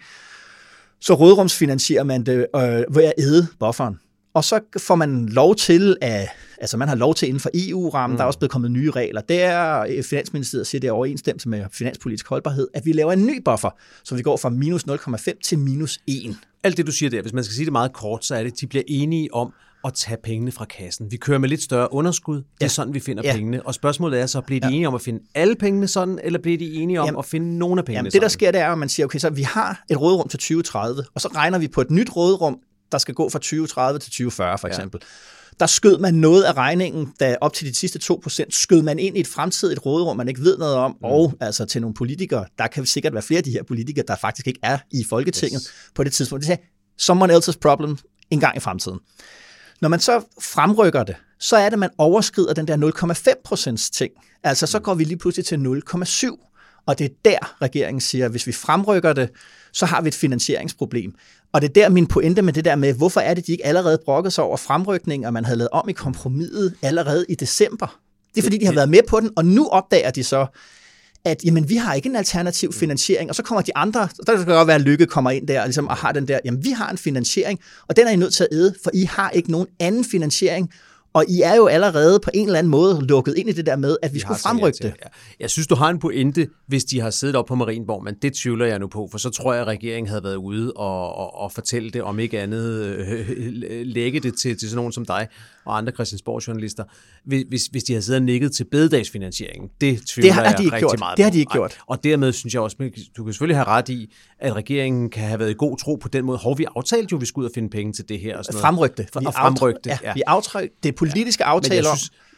Så råderumsfinansierer man det ved at æde bufferen. Og så får man lov til man har lov til inden for EU-rammen. Der er også blevet kommet nye regler der. Finansministeriet siger, det er overensstemmelse med finanspolitisk holdbarhed, at vi laver en ny buffer, så vi går fra minus 0,5 til minus 1. Alt det, du siger der, hvis man skal sige det meget kort, så er det, at de bliver enige om at tage pengene fra kassen. Vi kører med lidt større underskud. Det er sådan, vi finder pengene. Og spørgsmålet er så, bliver de enige om at finde alle pengene sådan, eller bliver de enige om at finde nogle af pengene sådan? Det, der sker, det er, at man siger, okay, så vi har et råderum til 2030, og så regner vi på et nyt råderum, der skal gå fra 2030 til 2040 for eksempel. Der skød man noget af regningen, da op til de sidste 2%, skød man ind i et fremtidigt råderum, man ikke ved noget om, og altså til nogle politikere, der kan sikkert være flere af de her politikere, der faktisk ikke er i Folketinget på det tidspunkt. Det er someone else's problem en gang i fremtiden. Når man så fremrykker det, så er det, at man overskrider den der 0,5% ting. Altså så går vi lige pludselig til 0,7%. Og det er der, regeringen siger, at hvis vi fremrykker det, så har vi et finansieringsproblem. Og det er der min pointe med det der med, hvorfor er det, de ikke allerede brokkede sig over fremrykning, og man havde lavet om i kompromiset allerede i december. Det er fordi, de har været med på den, og nu opdager de så, at jamen, vi har ikke en alternativ finansiering, og så kommer de andre, der kan godt være, at Løkke kommer ind der ligesom, og har den der, jamen vi har en finansiering, og den er I nødt til at æde, for I har ikke nogen anden finansiering, og I er jo allerede på en eller anden måde lukket ind i det der med, at vi skulle fremrykke det. Ja. Jeg synes, du har en pointe, hvis de har siddet op på Marienborg, men det tvivler jeg nu på, for så tror jeg, at regeringen havde været ude og fortælle det, om ikke andet lægge det til sådan nogen som dig og andre Christiansborg-journalister, hvis de havde siddet og nikket til bededagsfinansieringen. Det tvivler jeg rigtig meget på. Det har de ikke gjort. Og dermed synes jeg også, du kan selvfølgelig have ret i, at regeringen kan have været i god tro på den måde. Vi aftalte jo, at vi skulle ud og finde penge til det her. Og sådan fremrygte. Fremrygte. Vi aftryk. Det politiske aftaler.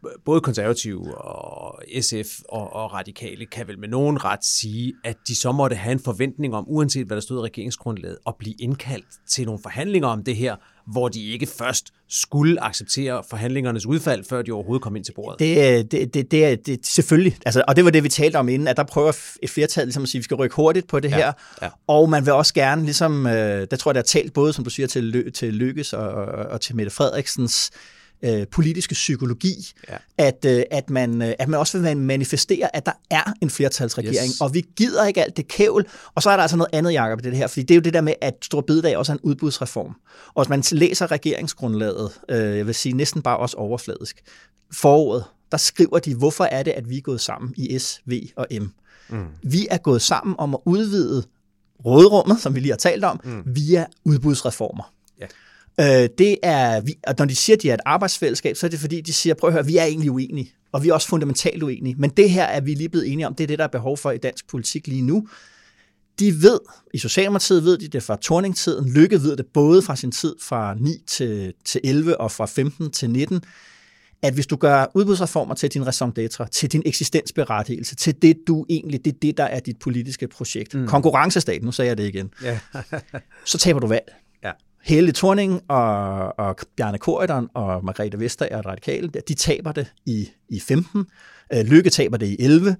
både konservative og SF og radikale kan vel med nogen ret sige, at de så måtte have en forventning om, uanset hvad der stod i regeringsgrundlaget, at blive indkaldt til nogle forhandlinger om det her, hvor de ikke først skulle acceptere forhandlingernes udfald, før de overhovedet kom ind til bordet. Det er selvfølgelig, altså, og det var det, vi talte om inden, at der prøver et flertal ligesom at sige, at vi skal rykke hurtigt på det her, og man vil også gerne, ligesom, der tror jeg, der er talt både, som du siger, til Løkkes og til Mette Frederiksens politiske psykologi, at man også vil manifestere, at der er en flertalsregering, og vi gider ikke alt det kævl, og så er der altså noget andet, Jacob, i det her, fordi det er jo det der med, at Store Bededag også er en udbudsreform, og hvis man læser regeringsgrundlaget, jeg vil sige næsten bare også overfladisk, foråret, der skriver de, hvorfor er det, at vi er gået sammen i S, V og M. Vi er gået sammen om at udvide råderummet, som vi lige har talt om, via udbudsreformer. Det er, og når de siger, at de er et arbejdsfællesskab, så er det fordi, de siger, prøv at høre, vi er egentlig uenige, og vi er også fundamentalt uenige, men det her er vi lige blevet enige om, det er det, der er behov for i dansk politik lige nu. De ved, i Socialdemokratiet ved de det fra Thorning-tiden, Løkke ved det både fra sin tid fra 9 til 11 og fra 15 til 19, at hvis du gør udbudsreformer til din raison d'être, til din eksistensberettigelse, til det du egentlig, det er det, der er dit politiske projekt. Konkurrencestat, nu sagde jeg det igen. Så taber du valg. Helle Thorning og Bjarne Corydon og Margrethe Vestager og Radikale, de taber det i 15. Løkke taber det i 11,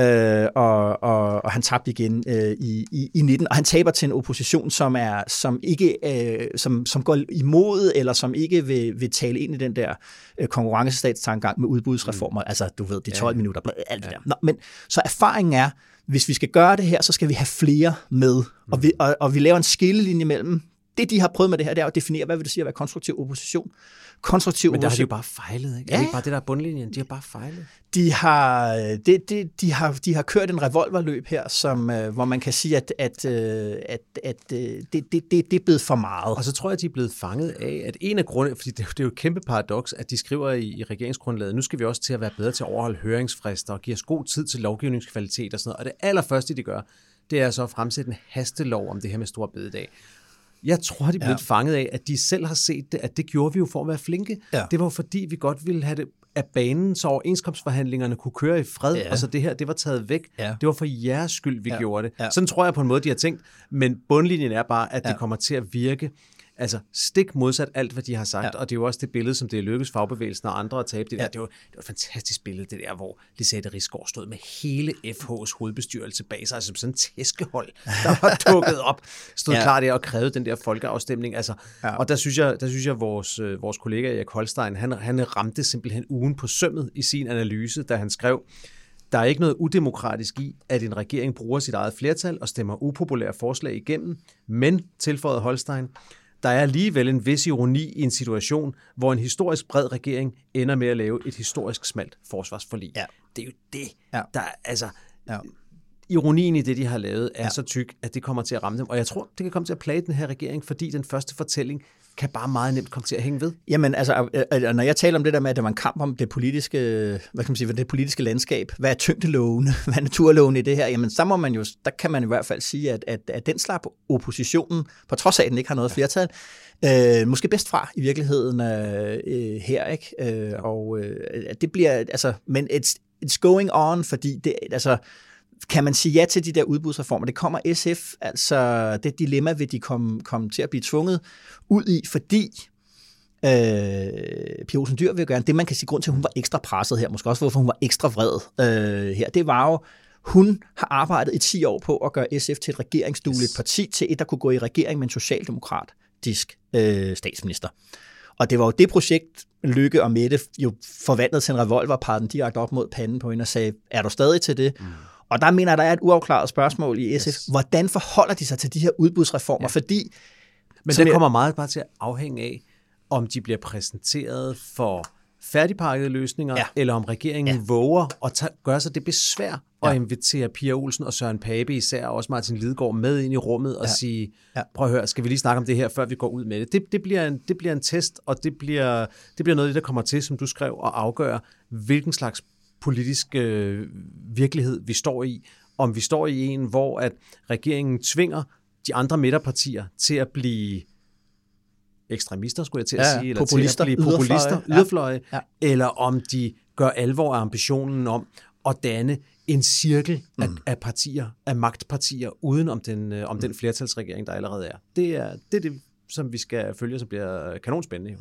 og han tabte igen i 19. Og han taber til en opposition, som ikke som går imod, eller som ikke vil tale ind i den der konkurrencestatstankegang med udbudsreformer. Altså, du ved, de 12 minutter, alt det der. Nå, men så erfaringen er, hvis vi skal gøre det her, så skal vi have flere med. Og vi laver en skillelinje mellem det, de har prøvet med det her, det er at definere, hvad vil det sige at være konstruktiv opposition. Men der har de jo bare fejlet, ikke? Ja. Er det ikke bare det, der er bundlinjen? De har bare fejlet. De har kørt en revolverløb her, hvor man kan sige, at det er blevet for meget. Og så tror jeg, at de er blevet fanget af, at en af grundene, fordi det er jo et kæmpe paradoks, at de skriver i regeringsgrundlaget, nu skal vi også til at være bedre til at overholde høringsfrister og give os god tid til lovgivningskvalitet og sådan noget. Og det allerførste, de gør, det er så at fremsætte en hastelov om det her med Store Bededag. Jeg tror, de er blevet fanget af, at de selv har set det, at det gjorde vi jo for at være flinke. Ja. Det var fordi, vi godt ville have det af banen, så overenskomstforhandlingerne kunne køre i fred, og så det her, det var taget væk. Ja. Det var for jeres skyld, vi gjorde det. Ja. Sådan tror jeg på en måde, de har tænkt, men bundlinjen er bare, at det kommer til at virke altså stik modsat alt, hvad de har sagt, og det er jo også det billede, som det er Lykkes fagbevægelsen og andre at tabe. Det var et fantastisk billede, det der, hvor Lisette Risgaard stod med hele FH's hovedbestyrelse bag sig, altså som sådan en tæskehold, der var dukket op, stod klar der og krævede den der folkeafstemning. Altså, og der synes jeg vores kollega Erik Holstein, han ramte simpelthen ugen på sømmet i sin analyse, da han skrev, der er ikke noget udemokratisk i, at en regering bruger sit eget flertal og stemmer upopulære forslag igennem, men, tilføjede Holstein, der er alligevel en vis ironi i en situation, hvor en historisk bred regering ender med at lave et historisk smalt forsvarsforlig. Ja. Det er jo det, der altså... Ja. Ironien i det, de har lavet, er så tyk, at det kommer til at ramme dem. Og jeg tror, det kan komme til at plage den her regering, fordi den første fortælling kan bare meget nemt komme til at hænge ved. Jamen, altså, når jeg taler om det der med, at der var en kamp om det politiske, hvad kan man sige, det politiske landskab, hvad er tyngdelovene, hvad er naturlovene i det her, jamen, så må man jo, der kan man i hvert fald sige, at den slap oppositionen, på trods af, at den ikke har noget flertal, måske bedst fra i virkeligheden her, ikke? Og det bliver, altså, men it's going on, fordi det, altså, kan man sige ja til de der udbudsreformer? Det kommer SF, altså det dilemma vil de komme til at blive tvunget ud i, fordi Pia Olsen Dyhr vil gerne, det man kan sige grund til, at hun var ekstra presset her, måske også hvorfor hun var ekstra vred her, det var jo, hun har arbejdet i 10 år på at gøre SF til et regeringsdueligt parti, til et, der kunne gå i regering med en socialdemokratisk statsminister. Og det var jo det projekt, Løkke og Mette jo forvandlede til en revolverparten direkte op mod panden på hende og sagde, er du stadig til det? Og der mener jeg, der er et uafklaret spørgsmål i SF. Hvordan forholder de sig til de her udbudsreformer? Fordi, men det kommer meget bare til at afhænge af, om de bliver præsenteret for færdigpakkede løsninger, eller om regeringen våger at gøre sig det besvær at invitere Pia Olsen og Søren Pape, især også Martin Lidegaard, med ind i rummet og sige, prøv at høre, skal vi lige snakke om det her, før vi går ud med det? Det bliver en test, og det bliver noget af det, der kommer til, som du skrev, at afgøre, hvilken slags politisk virkelighed vi står i. Om vi står i en, hvor at regeringen tvinger de andre midterpartier til at blive ekstremister, skulle jeg til at sige, eller populister, til at blive populister, yderfløje, eller om de gør alvor af ambitionen om at danne en cirkel af partier, af magtpartier, uden om den flertalsregering, der allerede er. Det er det, som vi skal følge, som bliver kanonspændende.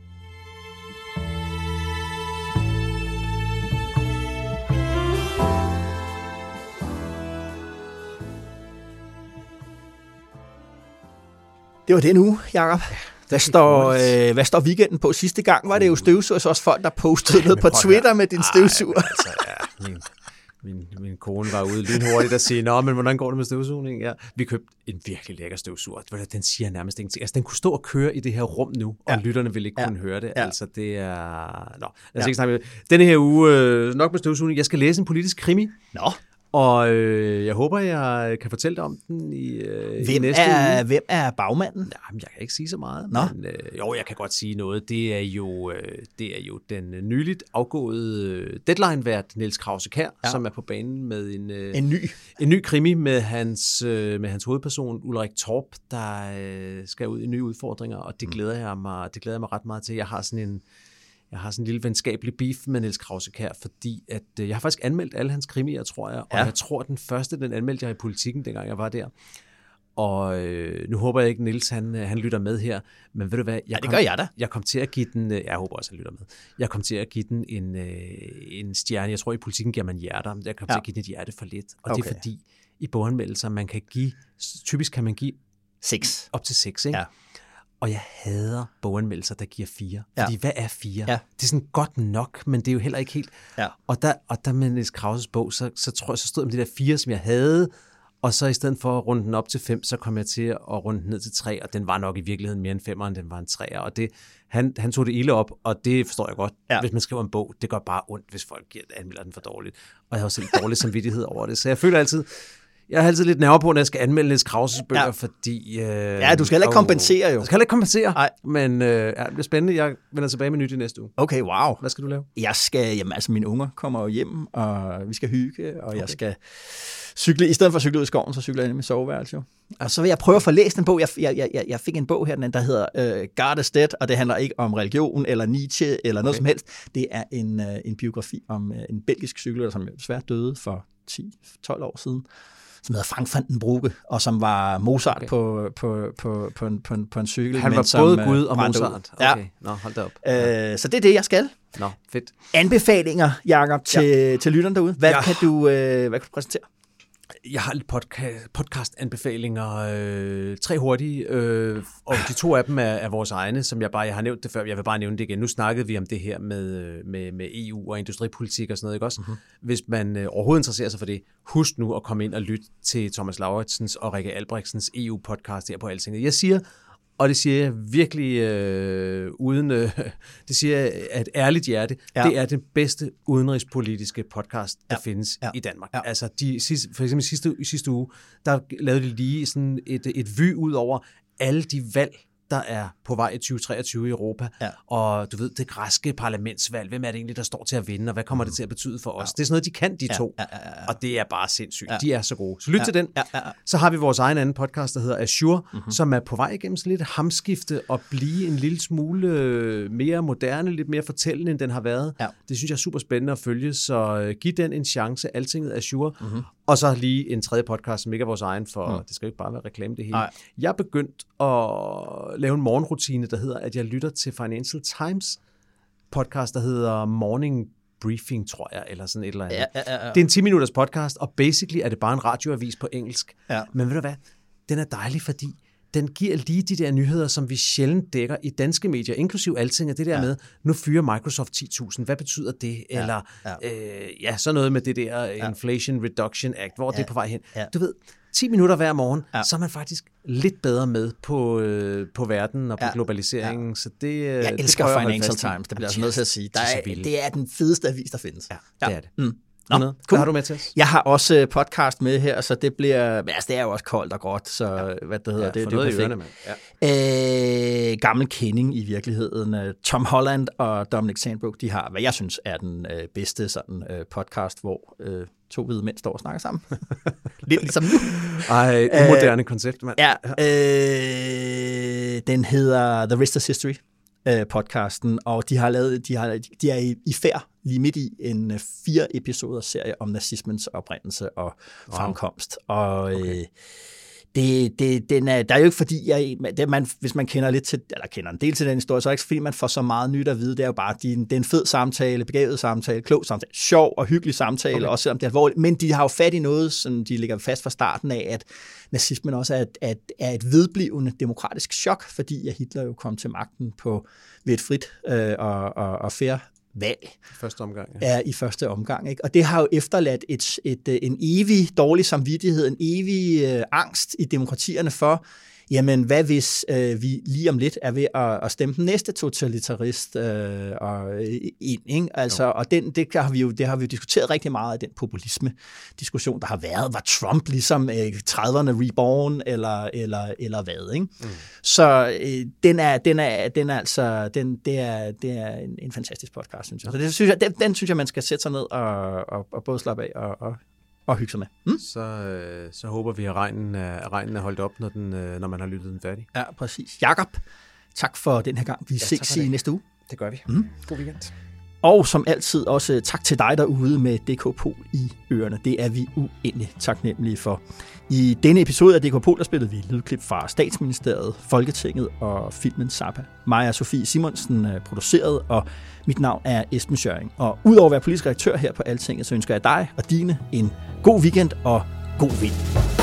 Det var det nu, Jacob. Hvad står weekenden på? Sidste gang var det jo støvsuger, så også folk, der postede noget på Twitter med din støvsuger. Min kone var ude lynhurtigt og sige, nå, men hvordan går det med støvsugning? Ja, vi købte en virkelig lækker støvsuger. Den siger nærmest ingenting. Altså, den kunne stå og køre i det her rum nu, og lytterne ville ikke kunne høre det. Ja. Altså, det er... Nå, lad os ikke snakke med. Denne her uge, nok med støvsugning. Jeg skal læse en politisk krimi. Nå. Og jeg håber, jeg kan fortælle dig om den i næste uge. Hvem er bagmanden? Jamen, jeg kan ikke sige så meget. Men, jo, jeg kan godt sige noget. Det er jo den nyligt afgåede Deadline-vært Niels Krause-Kjær, som er på banen med en ny krimi med hans hovedperson Ulrik Torp, der skal ud i nye udfordringer, og det glæder jeg mig ret meget til. Jeg har sådan en lille venskabelig beef med Niels Krause-Kjær, fordi at jeg har faktisk anmeldt alle hans krimier, tror jeg. Og jeg tror, den første, den anmeldte jeg i Politikken, dengang jeg var der. Og nu håber jeg ikke, Niels han lytter med her. Men ved du hvad? Det gør jeg da. Jeg kom til at give den... Jeg håber også, han lytter med. Jeg kom til at give den en stjerne. Jeg tror, i Politikken giver man hjerter. Jeg kom til at give den et hjerte for lidt. Og det er fordi, i boganmeldelser, man kan give... Typisk kan man give... 6. Op til 6, ikke? Ja. Og jeg hader boganmeldelser, der giver 4. Fordi hvad er 4? Ja. Det er sådan godt nok, men det er jo heller ikke helt. Ja. Og der med Niels Krauses bog, så tror jeg, så stod med de der 4, som jeg havde, og så i stedet for at runde den op til 5, så kom jeg til at runde den ned til 3, og den var nok i virkeligheden mere end 5'eren, den var en 3'er. Og det, han tog det ilde op, og det forstår jeg godt. Ja. Hvis man skriver en bog, det gør bare ondt, hvis folk anmelder den for dårligt. Og jeg har også lidt dårlig samvittighed over det, så jeg føler altid... Jeg er altid lidt nerve på, når jeg skal anmelde Niels Krauses bøger, fordi... du skal heller ikke kompensere jo. Du skal heller ikke kompensere, men det bliver spændende. Jeg vender tilbage med nyt i næste uge. Okay, wow. Hvad skal du lave? Jeg skal, mine unger kommer jo hjem, og vi skal hygge, og jeg skal cykle. I stedet for at cykle ud i skoven, så cykler jeg ind i mit soveværelse jo. Og så vil jeg prøve at få læst en bog. Jeg fik en bog her, der hedder God is Dead, og det handler ikke om religion eller Nietzsche eller noget som helst. Det er en biografi om en belgisk cykelrytter, som desværre døde for 10-12 år siden, som hedder Frank van den Brugge, og som var Mozart på en cykel. Han var både Gud og Mozart. Okay. Nå, hold da op. Så det er det, jeg skal. Nå, fedt. Anbefalinger, Jacob, til lytterne derude. Hvad kan du præsentere? Jeg har lidt podcast-anbefalinger, 3 hurtige, og de 2 af dem er vores egne, som jeg har nævnt det før, jeg vil bare nævne det igen. Nu snakkede vi om det her med EU og industripolitik og sådan noget, ikke også? Mm-hmm. Hvis man overhovedet interesserer sig for det, husk nu at komme ind og lytte til Thomas Lauritzens og Rikke Albrechtsens EU-podcast her på Altinget. Jeg siger, og det siger jeg virkelig det siger jeg af et ærligt hjerte, det er den bedste udenrigspolitiske podcast, der findes i Danmark. Ja. Altså, for eksempel i sidste uge, der lavede de lige sådan et vy ud over alle de valg, der er på vej i 2023 i Europa. Ja. Og du ved, det græske parlamentsvalg, hvem er det egentlig, der står til at vinde, og hvad kommer det til at betyde for os? Det er sådan noget, de kan, de 2. Og det er bare sindssygt. De er så gode. Så lyt til den. Så har vi vores egen anden podcast, der hedder Azure, som er på vej igennem sådan lidt hamskifte og blive en lille smule mere moderne, lidt mere fortællende, end den har været. Ja. Det synes jeg er super spændende at følge, så giv den en chance. Altinget Azure. Og så lige en tredje podcast, som ikke er vores egen, for det skal jo ikke bare være reklame det hele. Nej. Jeg er begyndt at lave en morgenrutine, der hedder, at jeg lytter til Financial Times podcast, der hedder Morning Briefing, tror jeg, eller sådan et eller andet. Ja. Det er en 10-minutters podcast, og basically er det bare en radioavis på engelsk. Ja. Men ved du hvad? Den er dejlig, fordi den giver lige de der nyheder, som vi sjældent dækker i danske medier, inklusiv Altinget, det der med, nu fyrer Microsoft 10.000, hvad betyder det? Eller sådan noget med det der Inflation Reduction Act, hvor det er på vej hen. Ja. Du ved, 10 minutter hver morgen, så er man faktisk lidt bedre med på verden og på globaliseringen. Ja. Så det, jeg elsker Financial Times, det bliver jeg nødt til at sige. Det er den fedeste avis, der findes. Ja, det er det. Cool. Hvad har du med til os? Jeg har også podcast med her, så det bliver... Altså, det er jo også koldt og gråt, så hvad det hedder, det er perfekt. Gammel kending i virkeligheden. Tom Holland og Dominic Sandbrook, de har, hvad jeg synes er den bedste sådan, podcast, hvor 2 hvide mænd står og snakker sammen. Lidt ligesom nu. Ej, umoderne koncept, mand. Ja, den hedder The Rest is History, podcasten, og de er i færd lige midt i en 4 episoder serie om nazismens oprindelse og fremkomst. Og der er jo ikke fordi, hvis man kender lidt til, eller kender en del til den historie, så er det ikke fordi, man får så meget nyt at vide. Det er jo bare, det er en fed samtale, begavet samtale, klog samtale, sjov og hyggelig samtale, også selvom det er alvorligt. Men de har jo fat i noget, som de ligger fast fra starten af, at nazismen også er et vedblivende demokratisk chok, fordi Hitler jo kom til magten ved et frit og fair valg. I første omgang. Ikke? Og det har jo efterladt en evig dårlig samvittighed, en evig angst i demokratierne for, jamen hvad hvis vi lige om lidt er ved at stemme den næste totalitarist ind, ikke? Altså, og det har vi jo diskuteret rigtig meget af den populisme-diskussion, der har været. Var Trump ligesom 30'erne reborn, eller hvad, ikke? Så det er en fantastisk podcast, synes jeg. Så den synes jeg, man skal sætte sig ned og både slappe af og hygge sig med. Så håber vi, at regnen er holdt op, når man har lyttet den færdig. Ja, præcis. Jakob, tak for den her gang. Vi ses i næste uge. Det gør vi. God weekend. Og som altid også tak til dig derude med DK Pol i ørerne. Det er vi uendelig taknemmelige for. I denne episode af DK Pol, der spillede vi lydklip fra Statsministeriet, Folketinget og filmen Zappa. Mig og Sofie Simonsen produceret, og mit navn er Esben Schøring. Og udover at være politisk redaktør her på Altinget, så ønsker jeg dig og dine en god weekend og god vind.